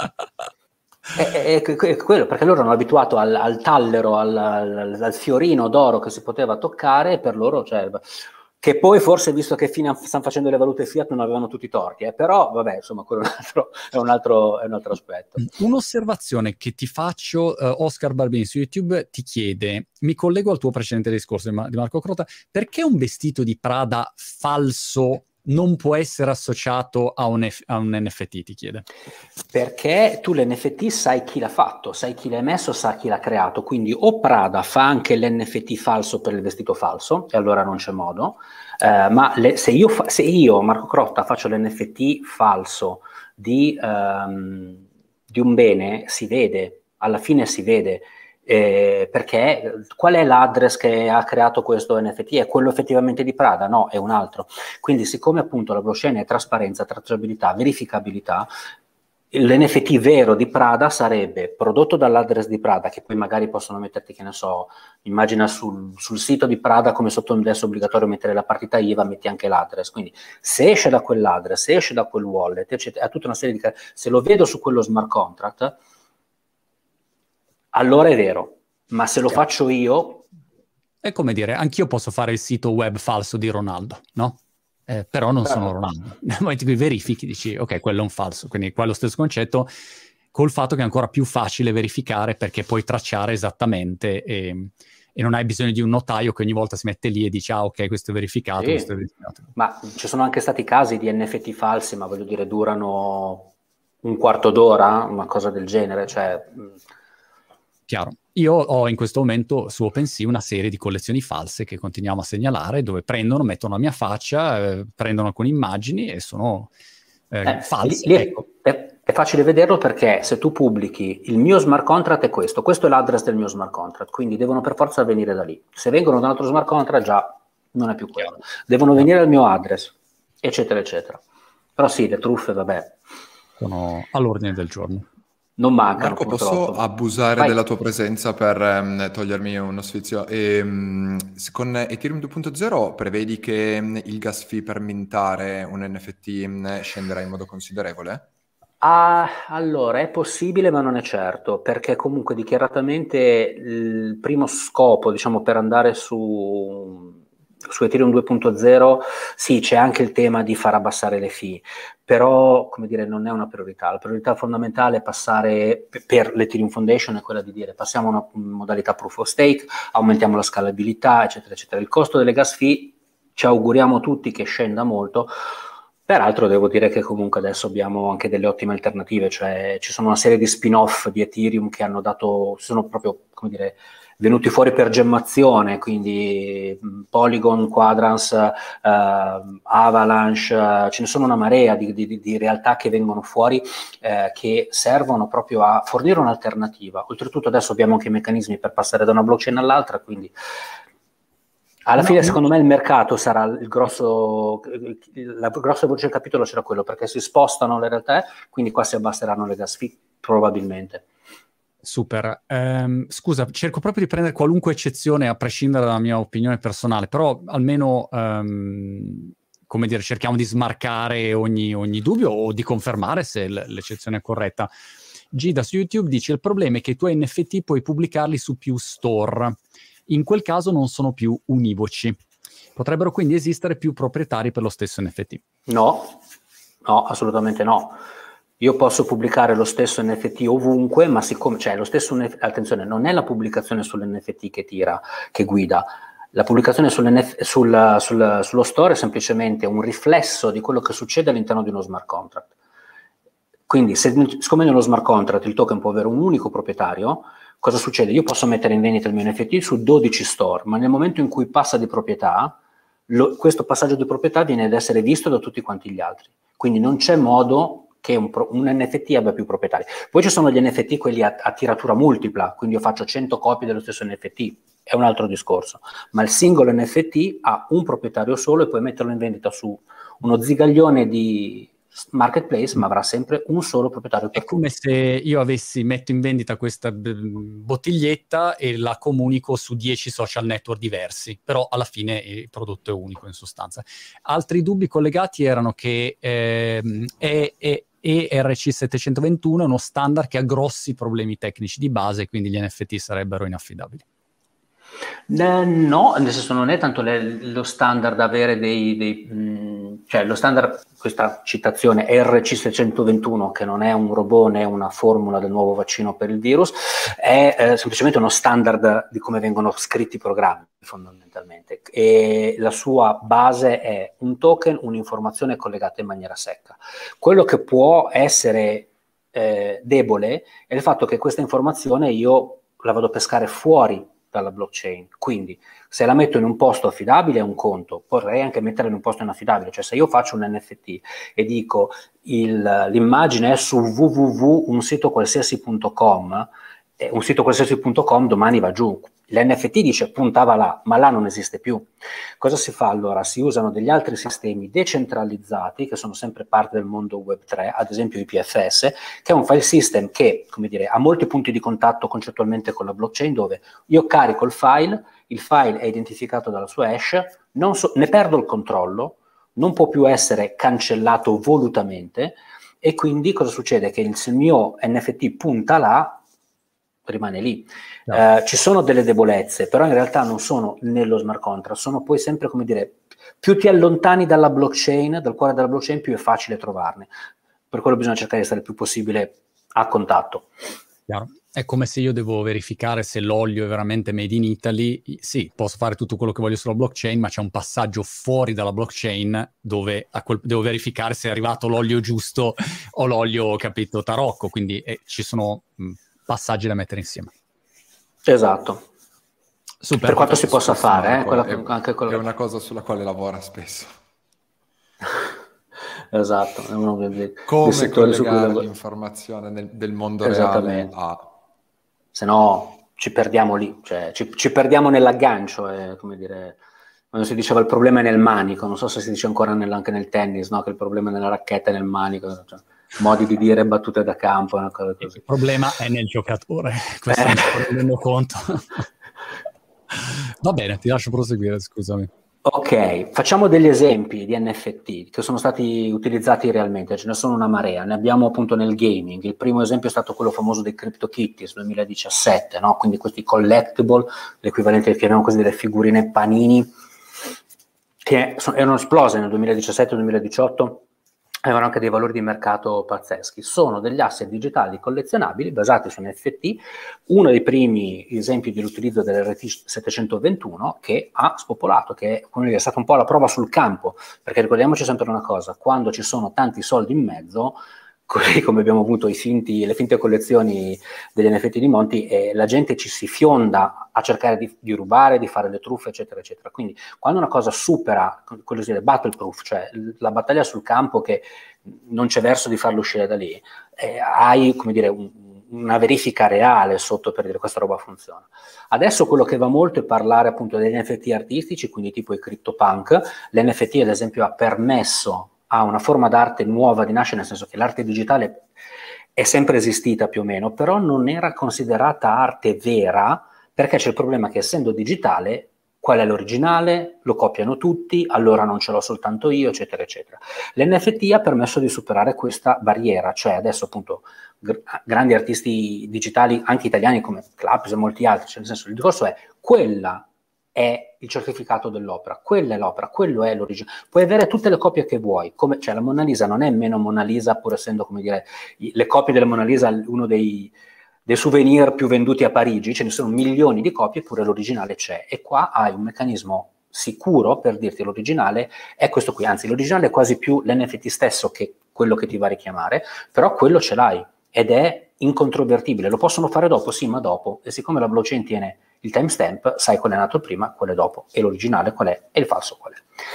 È quello, perché loro erano abituati al tallero, al fiorino d'oro che si poteva toccare, e per loro, cioè, che poi forse, visto che stanno facendo le valute fiat, non avevano tutti i torti, però vabbè, insomma, quello è un altro aspetto. Un'osservazione che ti faccio, Oscar Barbini su YouTube ti chiede, mi collego al tuo precedente discorso di Marco Crota, perché un vestito di Prada falso non può essere associato a un NFT, ti chiede? Perché tu l'NFT sai chi l'ha fatto, sai chi l'ha emesso, sai chi l'ha creato, quindi o Prada fa anche l'NFT falso per il vestito falso, e allora non c'è modo, ma se io, Marco Crotta, faccio l'NFT falso di un bene, si vede, alla fine si vede. Perché qual è l'address che ha creato questo NFT? È quello effettivamente di Prada? No, è un altro. Quindi, siccome appunto la blockchain è trasparenza, tracciabilità, verificabilità, l'NFT vero di Prada sarebbe prodotto dall'address di Prada, che poi magari possono metterti, che ne so, immagina sul sito di Prada, come sotto adesso è obbligatorio mettere la partita IVA, metti anche l'address. Quindi se esce da quell'address, se esce da quel wallet, eccetera, ha tutta una serie di se lo vedo su quello smart contract, allora è vero, ma se lo faccio io... È come dire, anch'io posso fare il sito web falso di Ronaldo, no? Però non sono Ronaldo. Nel momento in cui verifichi, dici, ok, quello è un falso. Quindi qua è lo stesso concetto, col fatto che è ancora più facile verificare, perché puoi tracciare esattamente e non hai bisogno di un notaio che ogni volta si mette lì e dice, ok, questo è verificato, sì, questo è verificato. Ma ci sono anche stati casi di NFT falsi, ma voglio dire, durano un quarto d'ora, una cosa del genere, cioè... Chiaro. Io ho in questo momento su OpenSea una serie di collezioni false che continuiamo a segnalare, dove mettono la mia faccia, prendono alcune immagini e sono false. Ecco. È facile vederlo, perché se tu pubblichi il mio smart contract è questo è l'address del mio smart contract, quindi devono per forza venire da lì. Se vengono da un altro smart contract già non è più quello. Devono venire al mio address, eccetera, eccetera. Però sì, le truffe, vabbè. Sono all'ordine del giorno. Non mancano, Marco, purtroppo. posso abusare della tua presenza per togliermi uno sfizio? Con Ethereum 2.0 prevedi che il gas fee per mintare un NFT scenderà in modo considerevole? Allora, è possibile, ma non è certo, perché comunque dichiaratamente il primo scopo, diciamo, per andare su su Ethereum 2.0 sì, c'è anche il tema di far abbassare le fee, però, come dire, non è una priorità. La priorità fondamentale è passare, per l'Ethereum Foundation, è quella di dire passiamo a una modalità proof of stake, aumentiamo la scalabilità, eccetera, eccetera. Il costo delle gas fee ci auguriamo tutti che scenda molto. Peraltro devo dire che comunque adesso abbiamo anche delle ottime alternative, cioè ci sono una serie di spin-off di Ethereum che hanno dato, sono proprio, come dire, venuti fuori per gemmazione, quindi Polygon, Quadrans, Avalanche, ce ne sono una marea di realtà che vengono fuori che servono proprio a fornire un'alternativa. Oltretutto adesso abbiamo anche i meccanismi per passare da una blockchain all'altra, quindi alla fine secondo me il mercato sarà la grossa voce del capitolo sarà quello, perché si spostano le realtà, quindi qua si abbasseranno le gas fee probabilmente. Super. Scusa, cerco proprio di prendere qualunque eccezione a prescindere dalla mia opinione personale, però almeno, come dire, cerchiamo di smarcare ogni dubbio o di confermare se l'eccezione è corretta. Gida su YouTube dice: il problema è che i tuoi NFT puoi pubblicarli su più store. In quel caso non sono più univoci. Potrebbero quindi esistere più proprietari per lo stesso NFT. No, assolutamente no. Io posso pubblicare lo stesso NFT ovunque, ma siccome c'è lo stesso attenzione, non è la pubblicazione sull'NFT che guida. La pubblicazione sullo store è semplicemente un riflesso di quello che succede all'interno di uno smart contract. Quindi, siccome nello smart contract il token può avere un unico proprietario, cosa succede? Io posso mettere in vendita il mio NFT su 12 store, ma nel momento in cui passa di proprietà, questo passaggio di proprietà viene ad essere visto da tutti quanti gli altri. Quindi non c'è modo che un NFT abbia più proprietari. Poi ci sono gli NFT, quelli a tiratura multipla, quindi io faccio 100 copie dello stesso NFT, è un altro discorso. Ma il singolo NFT ha un proprietario solo e puoi metterlo in vendita su uno zigaglione di marketplace, ma avrà sempre un solo proprietario. È come se io metto in vendita questa bottiglietta e la comunico su 10 social network diversi, però alla fine il prodotto è unico in sostanza. Altri dubbi collegati erano che ERC721 è uno standard che ha grossi problemi tecnici di base, quindi gli NFT sarebbero inaffidabili. No, nel senso non è tanto lo standard avere cioè lo standard, questa citazione ERC721, che non è un robot né una formula del nuovo vaccino per il virus, è semplicemente uno standard di come vengono scritti i programmi fondamentalmente, e la sua base è un token, un'informazione collegata in maniera secca. Quello che può essere debole è il fatto che questa informazione io la vado a pescare fuori dalla blockchain, quindi se la metto in un posto affidabile è un conto, vorrei anche metterla in un posto inaffidabile, cioè se io faccio un NFT e dico l'immagine è su www.unsitoqualsiasi.com, un sito qualsiasi.com domani va giù, l'NFT dice puntava là, ma là non esiste più. Cosa si fa allora? Si usano degli altri sistemi decentralizzati che sono sempre parte del mondo Web3, ad esempio IPFS, che è un file system che, come dire, ha molti punti di contatto concettualmente con la blockchain, dove io carico il file è identificato dalla sua hash, ne perdo il controllo, non può più essere cancellato volutamente, e quindi cosa succede? Che se il mio NFT punta là, rimane lì. No. Ci sono delle debolezze, però in realtà non sono nello smart contract, sono poi sempre, come dire, più ti allontani dalla blockchain, dal cuore della blockchain, più è facile trovarne. Per quello bisogna cercare di stare il più possibile a contatto. Chiaro. È come se io devo verificare se l'olio è veramente made in Italy. Sì, posso fare tutto quello che voglio sulla blockchain, ma c'è un passaggio fuori dalla blockchain dove devo verificare se è arrivato l'olio giusto o l'olio, capito, tarocco. Quindi ci sono passaggi da mettere insieme. Esatto. Super. Per quanto si possa fare. È una cosa sulla quale lavora spesso. Esatto. È uno come collegare l'informazione del mondo reale a... Se no ci perdiamo lì, cioè ci perdiamo nell'aggancio, come dire, quando si diceva il problema è nel manico, non so se si dice ancora anche nel tennis, no? Che il problema è nella racchetta e nel manico, cioè, modi di dire battute da campo, una cosa così. Il problema è nel giocatore, questo mi sto rendendo conto. Va bene, ti lascio proseguire, scusami. Ok, facciamo degli esempi di NFT che sono stati utilizzati realmente, ce ne sono una marea, ne abbiamo appunto nel gaming. Il primo esempio è stato quello famoso dei CryptoKitties 2017, no? Quindi questi collectible, l'equivalente che chiamiamo così delle figurine panini, che erano esplose nel 2017-2018, avevano anche dei valori di mercato pazzeschi. Sono degli asset digitali collezionabili basati su NFT, uno dei primi esempi dell'utilizzo dell'RT 721 che ha spopolato, che è stata un po' la prova sul campo, perché ricordiamoci sempre una cosa: quando ci sono tanti soldi in mezzo, così come abbiamo avuto le finte collezioni degli NFT di Monti, la gente ci si fionda a cercare di rubare, di fare le truffe, eccetera, eccetera. Quindi quando una cosa supera, quello che si dice battle proof, cioè la battaglia sul campo che non c'è verso di farlo uscire da lì, hai, come dire, una verifica reale sotto per dire questa roba funziona. Adesso quello che va molto è parlare appunto degli NFT artistici, quindi tipo i CryptoPunk. L'NFT ad esempio ha permesso a una forma d'arte nuova di nascere, nel senso che l'arte digitale è sempre esistita più o meno, però non era considerata arte vera, perché c'è il problema che essendo digitale, qual è l'originale? Lo copiano tutti, allora non ce l'ho soltanto io, eccetera, eccetera. L'NFT ha permesso di superare questa barriera, cioè adesso appunto grandi artisti digitali, anche italiani come Claps e molti altri, cioè nel senso il discorso è quella è il certificato dell'opera, quella è l'opera, quello è l'origine. Puoi avere tutte le copie che vuoi, cioè la Mona Lisa non è meno Mona Lisa, pur essendo, come dire, le copie della Mona Lisa uno dei souvenir più venduti a Parigi, ce ne sono milioni di copie, eppure l'originale c'è. E qua hai un meccanismo sicuro per dirti l'originale è questo qui, anzi l'originale è quasi più l'NFT stesso che quello che ti va a richiamare, però quello ce l'hai ed è incontrovertibile. Lo possono fare dopo? Sì, ma dopo. E siccome la blockchain tiene il timestamp, sai qual è nato prima, qual è dopo, e l'originale qual è, e il falso qual è.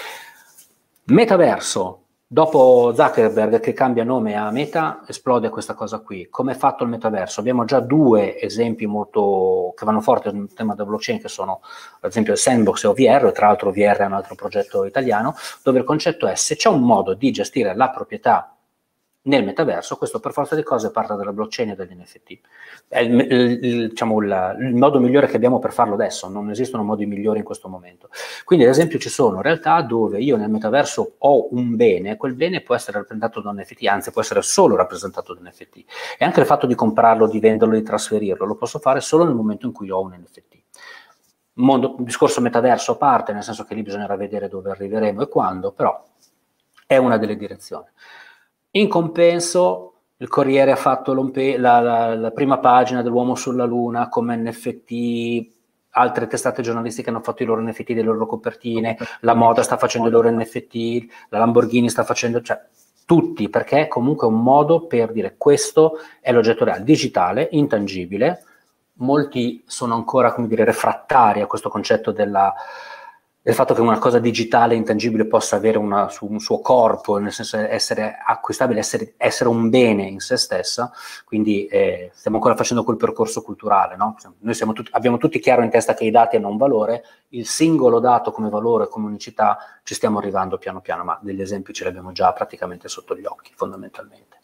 Metaverso, dopo Zuckerberg che cambia nome a Meta, esplode questa cosa qui. Come è fatto il metaverso? Abbiamo già due esempi molto che vanno forte sul tema della blockchain, che sono ad esempio il Sandbox e OVR, tra l'altro OVR è un altro progetto italiano, dove il concetto è: se c'è un modo di gestire la proprietà nel metaverso, questo per forza di cose parla della blockchain e degli NFT. È diciamo, il modo migliore che abbiamo per farlo adesso, non esistono modi migliori in questo momento. Quindi ad esempio ci sono realtà dove io nel metaverso ho un bene, quel bene può essere rappresentato da un NFT, anzi può essere solo rappresentato da un NFT. E anche il fatto di comprarlo, di venderlo, di trasferirlo, lo posso fare solo nel momento in cui ho un NFT. Un discorso metaverso a parte, nel senso che lì bisognerà vedere dove arriveremo e quando, però è una delle direzioni. In compenso, il Corriere ha fatto la prima pagina dell'uomo sulla Luna come NFT, altre testate giornalistiche hanno fatto i loro NFT, delle loro copertine, la moda sta facendo i loro NFT, la Lamborghini sta facendo, cioè tutti, perché è comunque un modo per dire questo è l'oggetto reale, digitale, intangibile. Molti sono ancora, come dire, refrattari a questo concetto del fatto che una cosa digitale intangibile possa avere un suo corpo, nel senso essere acquistabile, essere un bene in se stessa. Quindi stiamo ancora facendo quel percorso culturale, no? Noi abbiamo tutti chiaro in testa che i dati hanno un valore, il singolo dato come valore, come unicità, ci stiamo arrivando piano piano, ma degli esempi ce li abbiamo già praticamente sotto gli occhi, fondamentalmente.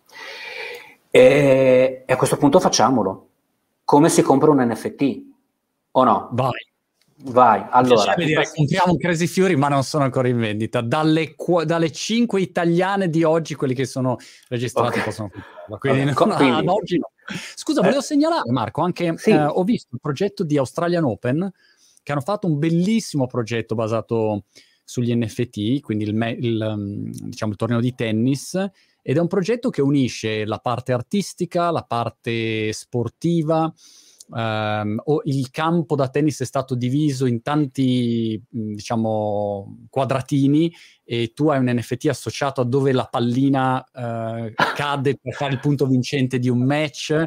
E a questo punto facciamolo. Come si compra un NFT? O no? Vai, allora compriamo un Crazy Fury, ma non sono ancora in vendita. Dalle 5 italiane di oggi, quelli che sono registrati possono comprarla. Quindi oggi no. Scusa, volevo segnalare, Marco, anche sì. Ho visto il progetto di Australian Open, che hanno fatto un bellissimo progetto basato sugli NFT, quindi diciamo il torneo di tennis, ed è un progetto che unisce la parte artistica, la parte sportiva. Il campo da tennis è stato diviso in tanti, diciamo, quadratini, e tu hai un NFT associato a dove la pallina cade per fare il punto vincente di un match.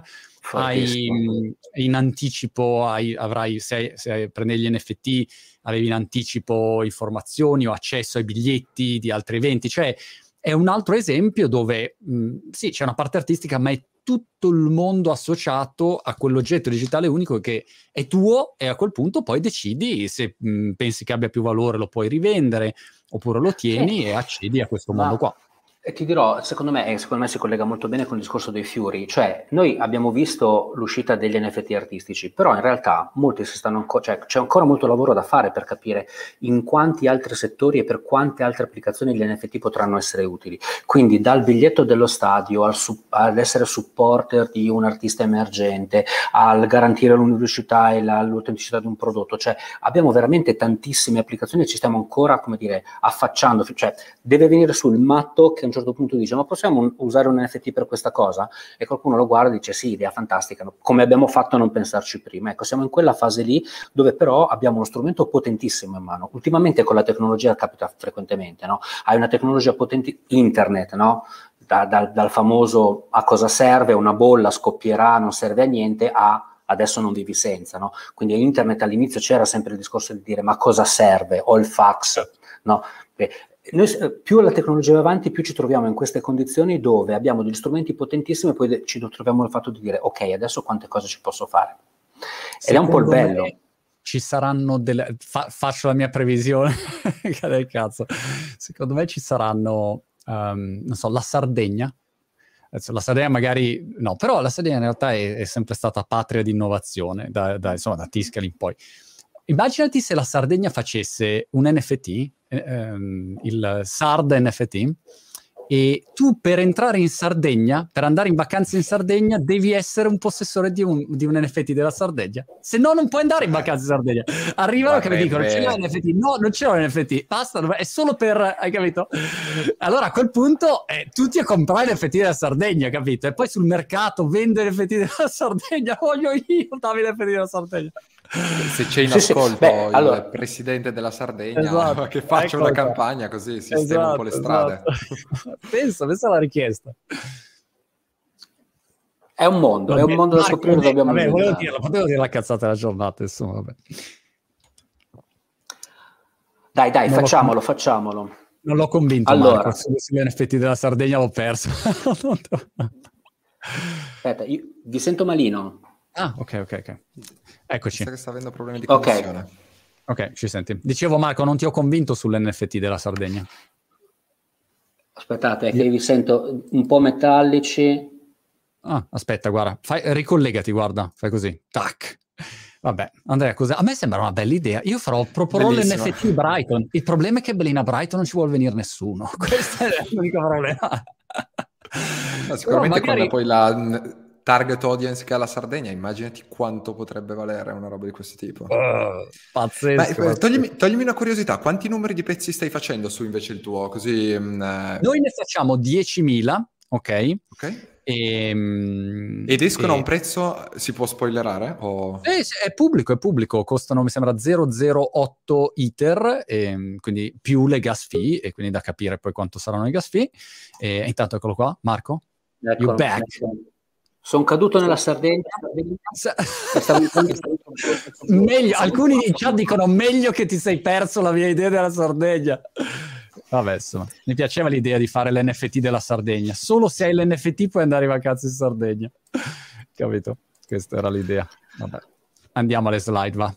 In anticipo avrai, se prendi gli NFT, avevi in anticipo informazioni o accesso ai biglietti di altri eventi. Cioè è un altro esempio dove sì, c'è una parte artistica, ma è tutto il mondo associato a quell'oggetto digitale unico che è tuo, e a quel punto poi decidi se pensi che abbia più valore, lo puoi rivendere oppure lo tieni e accedi a questo mondo qua. E ti dirò, secondo me si collega molto bene con il discorso dei fiori, cioè noi abbiamo visto l'uscita degli NFT artistici, però in realtà molti cioè, c'è ancora molto lavoro da fare per capire in quanti altri settori e per quante altre applicazioni gli NFT potranno essere utili. Quindi dal biglietto dello stadio all'essere supporter di un artista emergente, al garantire l'unicità e l'autenticità di un prodotto, cioè abbiamo veramente tantissime applicazioni e ci stiamo ancora, come dire, affacciando, cioè deve venire sul matto che a un certo punto dice ma possiamo usare un NFT per questa cosa? E qualcuno lo guarda e dice sì, idea fantastica, come abbiamo fatto a non pensarci prima. Ecco, siamo in quella fase lì dove però abbiamo uno strumento potentissimo in mano. Ultimamente con la tecnologia capita frequentemente, no? Hai una tecnologia potente, internet, no? Dal famoso a cosa serve, una bolla scoppierà, non serve a niente, a adesso non vivi senza, no? Quindi internet all'inizio c'era sempre il discorso di dire ma cosa serve? Ho il fax, no? Noi, più la tecnologia va avanti, più ci troviamo in queste condizioni dove abbiamo degli strumenti potentissimi e poi ci troviamo il fatto di dire ok, adesso quante cose ci posso fare? Ed è un po' il bello. Ci saranno delle... faccio la mia previsione, del cazzo. Secondo me ci saranno, non so, la Sardegna. Adesso, la Sardegna magari no, però la Sardegna in realtà è sempre stata patria di innovazione, insomma, da Tiscali in poi. Immaginati se la Sardegna facesse un NFT, il Sard NFT, e tu per entrare in Sardegna, per andare in vacanza in Sardegna, devi essere un possessore di un NFT della Sardegna. Se no non puoi andare in vacanza in Sardegna. Arrivano che mi dicono, c'è l'NFT? No, non c'è l'NFT. Basta, è solo per... Hai capito? Allora a quel punto tutti a comprare l'NFT della Sardegna, capito? E poi sul mercato vendere l'NFT della Sardegna. Voglio io darmi l'NFT della Sardegna. Se c'è in ascolto il presidente della Sardegna, esatto, che faccia una campagna così sistema un po' le strade. Pensa alla richiesta. È un mondo, da scoprire. Volevo dire la cazzata della giornata, insomma, vabbè. Dai, facciamolo. Non l'ho convinto, allora. Marco, sugli NFT della Sardegna l'ho perso. Aspetta, vi sento malino. Ah, ok. Eccoci. Che sta avendo problemi di connessione. Ok, ci senti. Dicevo, Marco, non ti ho convinto sull'NFT della Sardegna. Aspettate, che vi sento un po' metallici. Ah, aspetta, guarda. Ricollegati, guarda. Fai così. Tac. Vabbè, Andrea, a me sembra una bella idea. Io proporrò l'NFT Brighton. Il problema è che Bellina Brighton non ci vuole venire nessuno. Questo è l'unico problema. No, sicuramente magari... poi la... target audience che ha la Sardegna, immaginati quanto potrebbe valere una roba di questo tipo. Pazzesco. Toglimi una curiosità, quanti numeri di pezzi stai facendo su invece il tuo? Così, Noi ne facciamo 10.000, ok? Ed escono a un prezzo, si può spoilerare? O... È pubblico, costano mi sembra 0,08 Ether, quindi più le gas fee, e quindi da capire poi quanto saranno i gas fee. E intanto eccolo qua, Marco. You back. Sono caduto nella Sardegna. Meglio, alcuni in chat dicono meglio che ti sei perso la mia idea della Sardegna. Vabbè, insomma, mi piaceva l'idea di fare l'NFT della Sardegna. Solo se hai l'NFT puoi andare in vacanza in Sardegna. Capito? Questa era l'idea. Vabbè. Andiamo alle slide, va.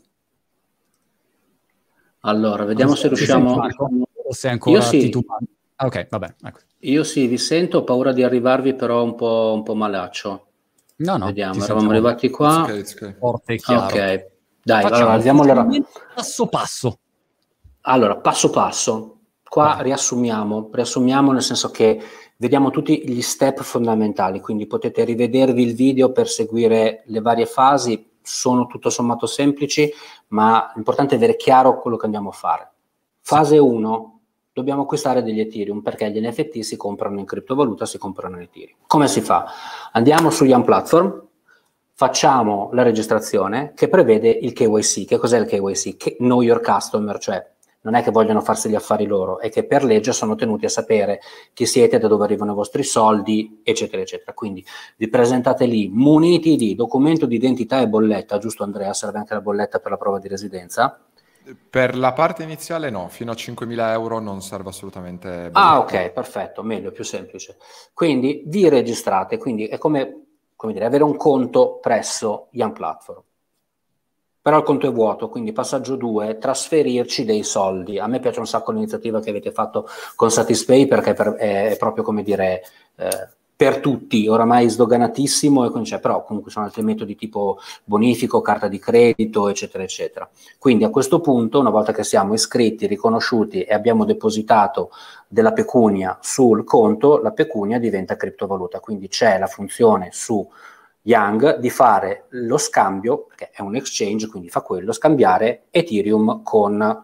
Allora, vediamo se riusciamo... O sei ancora titubante. Ah, ok, vabbè. Ecco. Io sì, vi sento, ho paura di arrivarvi però un po' malaccio. No. Vediamo, eravamo arrivati qua. It's okay. Forte e chiaro. Ok, dai, allora andiamo passo passo. Allora, passo passo. Qua riassumiamo nel senso che vediamo tutti gli step fondamentali, quindi potete rivedervi il video per seguire le varie fasi, sono tutto sommato semplici, ma l'importante è avere chiaro quello che andiamo a fare. Fase 1, dobbiamo acquistare degli Ethereum, perché gli NFT si comprano in criptovaluta, si comprano in Ethereum. Come si fa? Andiamo su Yann Platform, facciamo la registrazione che prevede il KYC. Che cos'è il KYC? Know Your Customer, cioè non è che vogliono farsi gli affari loro, è che per legge sono tenuti a sapere chi siete, da dove arrivano i vostri soldi, eccetera, eccetera. Quindi vi presentate lì muniti di documento di identità e bolletta, giusto Andrea? Serve anche la bolletta per la prova di residenza? Per la parte iniziale no, fino a 5.000 euro non serve assolutamente bolletta. Ah, ok, perfetto, meglio, più semplice. Quindi vi registrate, quindi è come dire, avere un conto presso Yann Platform. però il conto è vuoto, quindi passaggio 2, trasferirci dei soldi. A me piace un sacco l'iniziativa che avete fatto con Satispay, perché è proprio, come dire, per tutti, oramai sdoganatissimo, e quindi però comunque sono altri metodi tipo bonifico, carta di credito, eccetera, eccetera. Quindi a questo punto, una volta che siamo iscritti, riconosciuti e abbiamo depositato della pecunia sul conto, la pecunia diventa criptovaluta, quindi c'è la funzione su Yang di fare lo scambio, perché è un exchange, quindi fa quello, scambiare Ethereum con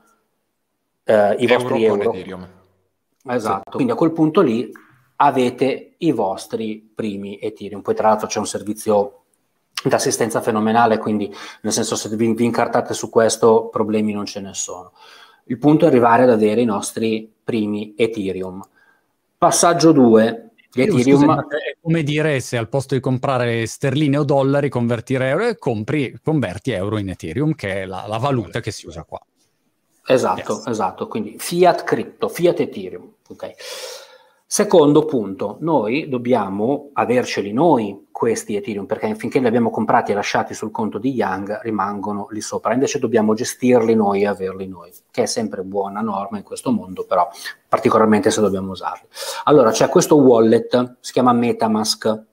i vostri euro. Con Ethereum. Esatto, sì. Quindi a quel punto lì avete i vostri primi Ethereum. Poi tra l'altro c'è un servizio di assistenza fenomenale, quindi nel senso, se vi incartate su questo, problemi non ce ne sono. Il punto è arrivare ad avere i nostri primi Ethereum. Passaggio 2. Ethereum, scusate, è come dire se al posto di comprare sterline o dollari, convertire euro, e converti euro in Ethereum, che è la valuta che si usa qua. Esatto, yes. Esatto, quindi fiat cripto, fiat Ethereum. Okay. Secondo punto, noi dobbiamo averceli noi questi Ethereum, perché finché li abbiamo comprati e lasciati sul conto di Yang rimangono lì sopra, invece dobbiamo gestirli noi e averli noi, che è sempre buona norma in questo mondo, però particolarmente se dobbiamo usarli. Allora c'è questo wallet, si chiama MetaMask,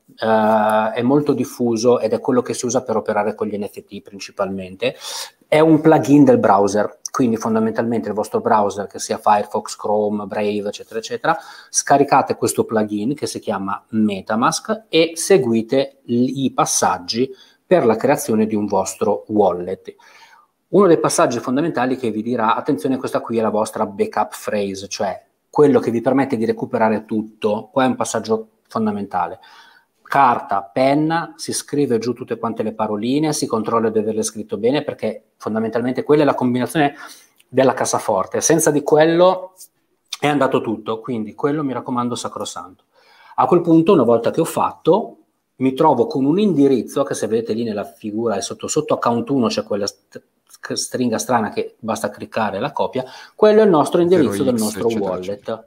è molto diffuso ed è quello che si usa per operare con gli NFT principalmente. È un plugin del browser, quindi fondamentalmente il vostro browser, che sia Firefox, Chrome, Brave, eccetera, eccetera, scaricate questo plugin che si chiama MetaMask e seguite i passaggi per la creazione di un vostro wallet. Uno dei passaggi fondamentali che vi dirà, attenzione, questa qui è la vostra backup phrase, cioè quello che vi permette di recuperare tutto. Qua è un passaggio fondamentale. Carta, penna, si scrive giù tutte quante le paroline, si controlla di averle scritto bene, perché fondamentalmente quella è la combinazione della cassaforte. Senza di quello è andato tutto, quindi quello mi raccomando sacrosanto. A quel punto, una volta che ho fatto, mi trovo con un indirizzo che, se vedete lì nella figura, è sotto account 1 c'è quella stringa strana che basta cliccare la copia, quello è il nostro indirizzo del nostro wallet. Eccetera.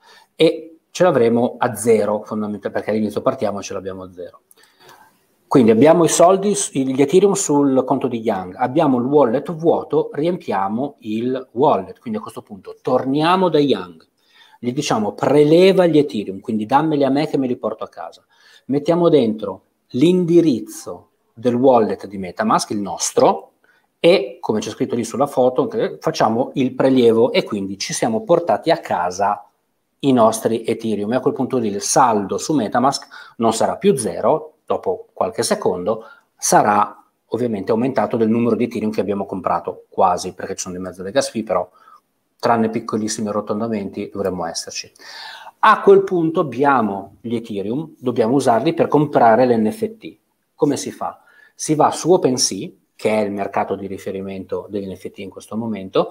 E ce l'avremo a 0 fondamentalmente, perché all'inizio partiamo e ce l'abbiamo a 0. Quindi abbiamo i soldi, gli Ethereum sul conto di Yang, abbiamo il wallet vuoto, riempiamo il wallet. Quindi a questo punto torniamo da Yang, gli diciamo preleva gli Ethereum, quindi dammeli a me che me li porto a casa. Mettiamo dentro l'indirizzo del wallet di MetaMask, il nostro, e come c'è scritto lì sulla foto facciamo il prelievo e quindi ci siamo portati a casa i nostri Ethereum, e a quel punto lì il saldo su MetaMask non sarà più 0, dopo qualche secondo sarà ovviamente aumentato del numero di Ethereum che abbiamo comprato, quasi, perché ci sono di mezzo le gas fee, però tranne piccolissimi arrotondamenti dovremmo esserci. A quel punto abbiamo gli Ethereum, dobbiamo usarli per comprare l'NFT. Come si fa? Si va su OpenSea, che è il mercato di riferimento degli NFT in questo momento,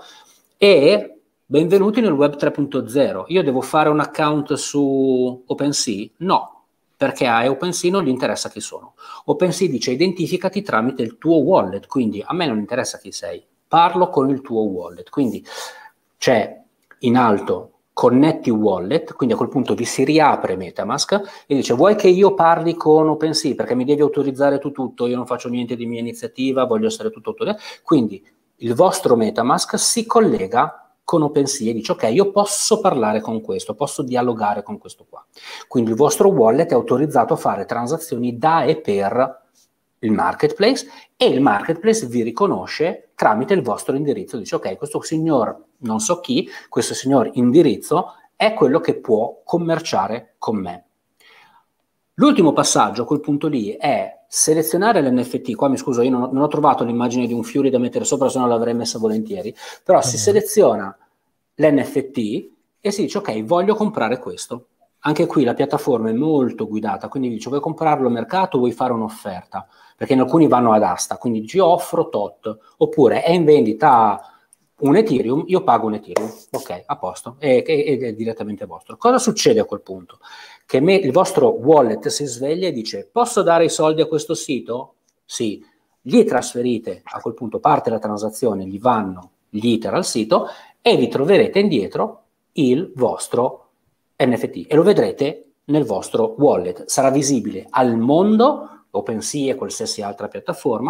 e benvenuti nel web 3.0. Io devo fare un account su OpenSea? No, perché a OpenSea non gli interessa chi sono. OpenSea dice identificati tramite il tuo wallet, quindi a me non interessa chi sei, parlo con il tuo wallet. Quindi c'è in alto connetti wallet, quindi a quel punto vi si riapre MetaMask e dice vuoi che io parli con OpenSea perché mi devi autorizzare tu tutto, io non faccio niente di mia iniziativa, voglio essere tutto autorizzato. Quindi il vostro MetaMask si collega con OpenSea e dice ok, io posso parlare con questo, posso dialogare con questo qua. Quindi il vostro wallet è autorizzato a fare transazioni da e per il marketplace, e il marketplace vi riconosce tramite il vostro indirizzo, dice ok, questo signor non so chi, questo signor indirizzo è quello che può commerciare con me. L'ultimo passaggio a quel punto lì è selezionare l'NFT. Qua mi scuso, io non ho trovato l'immagine di un Fury da mettere sopra, se no l'avrei messa volentieri, però si seleziona l'NFT e si dice ok, voglio comprare questo. Anche qui la piattaforma è molto guidata, quindi dice vuoi comprarlo al mercato o vuoi fare un'offerta? Perché in alcuni vanno ad asta, quindi dici offro tot, oppure è in vendita un Ethereum, io pago un Ethereum, ok, a posto, è direttamente vostro. Cosa succede a quel punto? Che il vostro wallet si sveglia e dice posso dare i soldi a questo sito? Sì, gli trasferite, a quel punto parte la transazione, gli vanno gli Ether al sito e vi troverete indietro il vostro NFT e lo vedrete nel vostro wallet. Sarà visibile al mondo, OpenSea e qualsiasi altra piattaforma,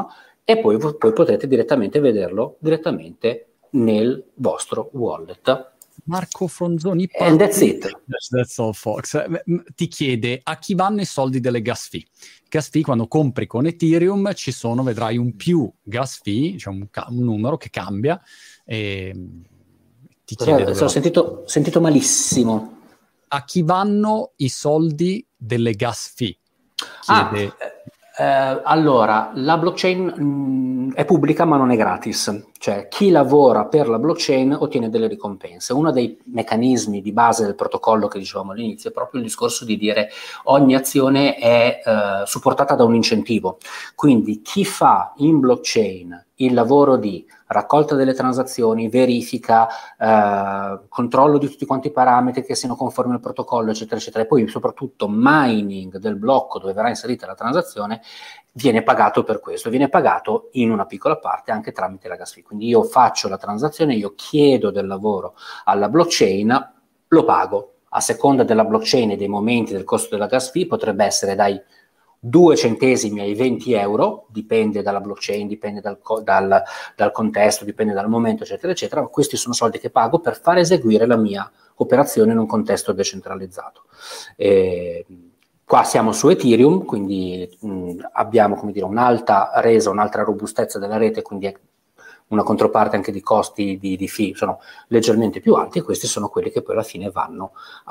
e poi potete direttamente vederlo direttamente nel vostro wallet. Marco Fronzoni, and that's it. That's all, folks. Ti chiede a chi vanno i soldi delle gas fee. Gas fee, quando compri con Ethereum ci sono, vedrai un più gas fee, cioè un numero che cambia, e ti chiede ho sentito malissimo. A chi vanno i soldi delle gas fee? Chiede... allora, la blockchain è pubblica ma non è gratis, cioè chi lavora per la blockchain ottiene delle ricompense. Uno dei meccanismi di base del protocollo che dicevamo all'inizio è proprio il discorso di dire ogni azione è supportata da un incentivo, quindi chi fa in blockchain il lavoro di raccolta delle transazioni, verifica, controllo di tutti quanti i parametri che siano conformi al protocollo, eccetera, eccetera, e poi soprattutto mining del blocco dove verrà inserita la transazione, viene pagato per questo, viene pagato in una piccola parte anche tramite la gas fee. Quindi io faccio la transazione, io chiedo del lavoro alla blockchain, lo pago. A seconda della blockchain e dei momenti del costo della gas fee potrebbe essere dai 2 centesimi ai 20 euro, dipende dalla blockchain, dipende dal contesto, dipende dal momento, eccetera, eccetera. Ma questi sono soldi che pago per far eseguire la mia operazione in un contesto decentralizzato. Qua siamo su Ethereum, quindi abbiamo, come dire, un'alta resa, un'altra robustezza della rete, quindi una controparte anche di costi di fee sono leggermente più alti, e questi sono quelli che poi alla fine vanno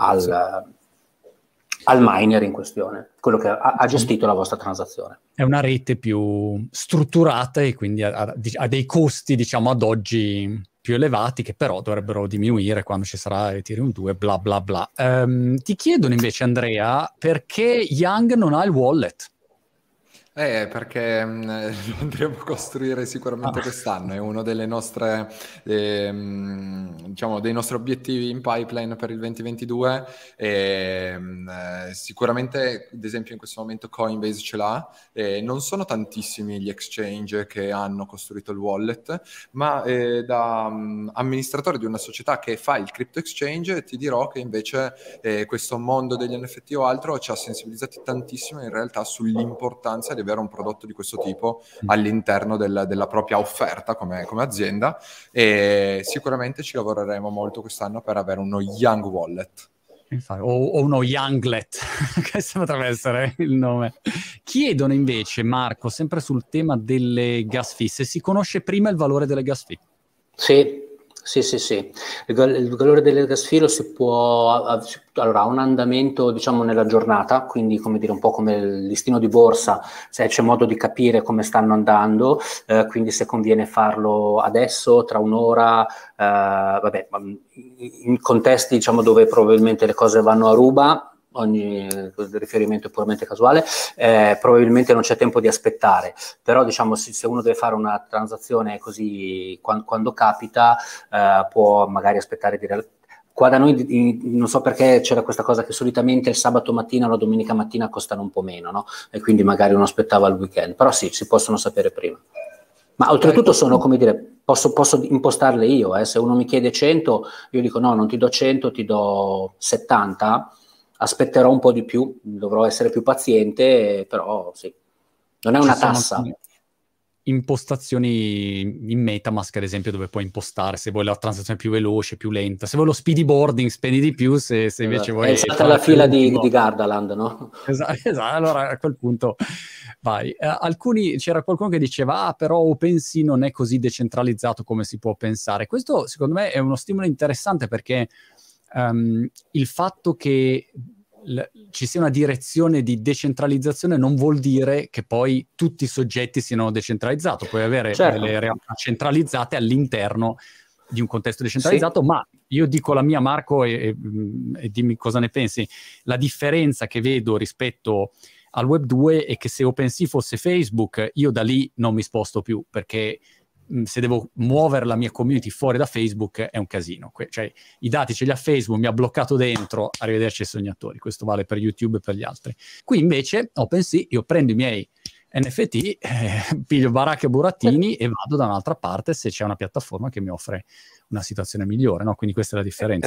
al miner in questione, quello che ha gestito la vostra transazione. È una rete più strutturata e quindi ha dei costi, diciamo, ad oggi più elevati, che però dovrebbero diminuire quando ci sarà Ethereum 2, bla bla bla. Ti chiedono invece, Andrea, perché Yang non ha il wallet? Perché lo andremo a costruire sicuramente quest'anno, è uno delle nostre, diciamo, dei nostri obiettivi in pipeline per il 2022. Sicuramente, ad esempio, in questo momento Coinbase ce l'ha, non sono tantissimi gli exchange che hanno costruito il wallet, ma da amministratore di una società che fa il crypto exchange ti dirò che invece questo mondo degli NFT o altro ci ha sensibilizzati tantissimo in realtà sull'importanza di avere un prodotto di questo tipo all'interno della propria offerta come azienda, e sicuramente ci lavoreremo molto quest'anno per avere uno Young Wallet. O uno Younglet, che potrebbe essere il nome. Chiedono invece, Marco, sempre sul tema delle gas fee, se si conosce prima il valore delle gas fee. Sì. Il valore delle gas fee lo si può, allora, ha un andamento, diciamo, nella giornata, quindi, come dire, un po' come il listino di borsa, se c'è modo di capire come stanno andando, quindi se conviene farlo adesso, tra un'ora, in contesti, diciamo, dove probabilmente le cose vanno a ruba, ogni riferimento è puramente casuale, probabilmente non c'è tempo di aspettare, però, diciamo, se uno deve fare una transazione così quando capita, può magari aspettare qua da noi non so perché c'era questa cosa che solitamente il sabato mattina o la domenica mattina costano un po' meno, no? E quindi magari uno aspettava il weekend, però sì, si possono sapere prima. Ma oltretutto sono, come dire, posso impostarle io, se uno mi chiede 100, io dico no, non ti do 100, ti do 70, aspetterò un po' di più, dovrò essere più paziente, però sì, non è una tassa. Impostazioni in MetaMask, ad esempio, dove puoi impostare se vuoi la transazione più veloce, più lenta, se vuoi lo speedy boarding spendi di più, se invece vuoi... È stata la fila di Gardaland, no? Esatto, allora a quel punto vai. C'era qualcuno che diceva però OpenSea non è così decentralizzato come si può pensare. Questo secondo me è uno stimolo interessante, perché il fatto che ci sia una direzione di decentralizzazione non vuol dire che poi tutti i soggetti siano decentralizzati. Puoi avere delle realtà centralizzate all'interno di un contesto decentralizzato, sì. Ma io dico la mia, Marco, e dimmi cosa ne pensi. La differenza che vedo rispetto al Web 2 è che se OpenSea fosse Facebook, io da lì non mi sposto più, perché se devo muovere la mia community fuori da Facebook è un casino. Cioè, i dati ce li ha Facebook, mi ha bloccato dentro, arrivederci ai sognatori. Questo vale per YouTube e per gli altri. Qui invece OpenSea, io prendo i miei NFT, piglio baracche e burattini e vado da un'altra parte se c'è una piattaforma che mi offre una situazione migliore, no? Quindi questa è la differenza.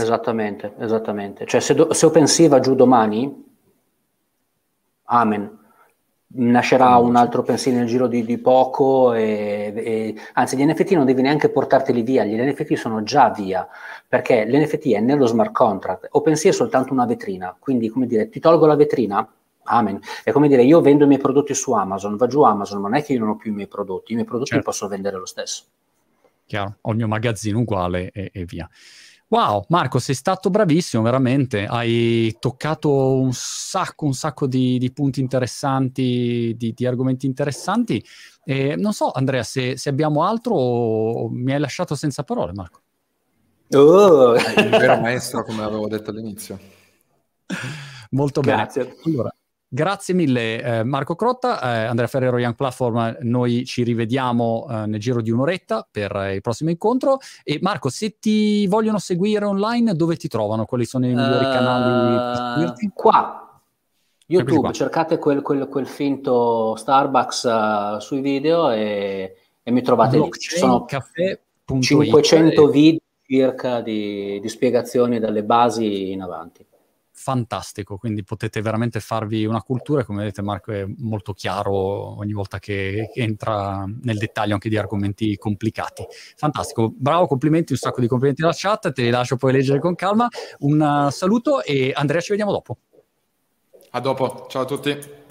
Esattamente. Cioè se OpenSea va giù domani, amen. nascerà un altro pensiero nel giro di poco, anzi gli NFT non devi neanche portarteli via, gli NFT sono già via, perché l'NFT è nello smart contract, OpenSea è soltanto una vetrina, quindi come dire, ti tolgo la vetrina? Amen. È come dire, io vendo i miei prodotti su Amazon, va giù Amazon, ma non è che io non ho più i miei prodotti li posso vendere lo stesso. Chiaro, ho il mio magazzino uguale e via. Wow, Marco, sei stato bravissimo, veramente. Hai toccato un sacco di punti interessanti, di argomenti interessanti. Non so, Andrea, se abbiamo altro o mi hai lasciato senza parole, Marco. Oh. Il vero maestro, come avevo detto all'inizio. Molto Grazie. Bene. Allora, grazie mille Marco Crotta, Andrea Ferrero, Young Platform. Noi ci rivediamo nel giro di un'oretta per il prossimo incontro. E Marco, se ti vogliono seguire online, dove ti trovano? Quali sono i migliori canali per seguirti? Qua, YouTube, cercate quel finto Starbucks sui video e mi trovate lì. Ci sono 500 video circa di spiegazioni dalle basi in avanti. Fantastico, quindi potete veramente farvi una cultura. Come vedete, Marco è molto chiaro ogni volta che entra nel dettaglio anche di argomenti complicati. Fantastico, bravo, complimenti, un sacco di complimenti alla chat, te li lascio poi leggere con calma. Un saluto e Andrea, ci vediamo dopo. A dopo, ciao a tutti.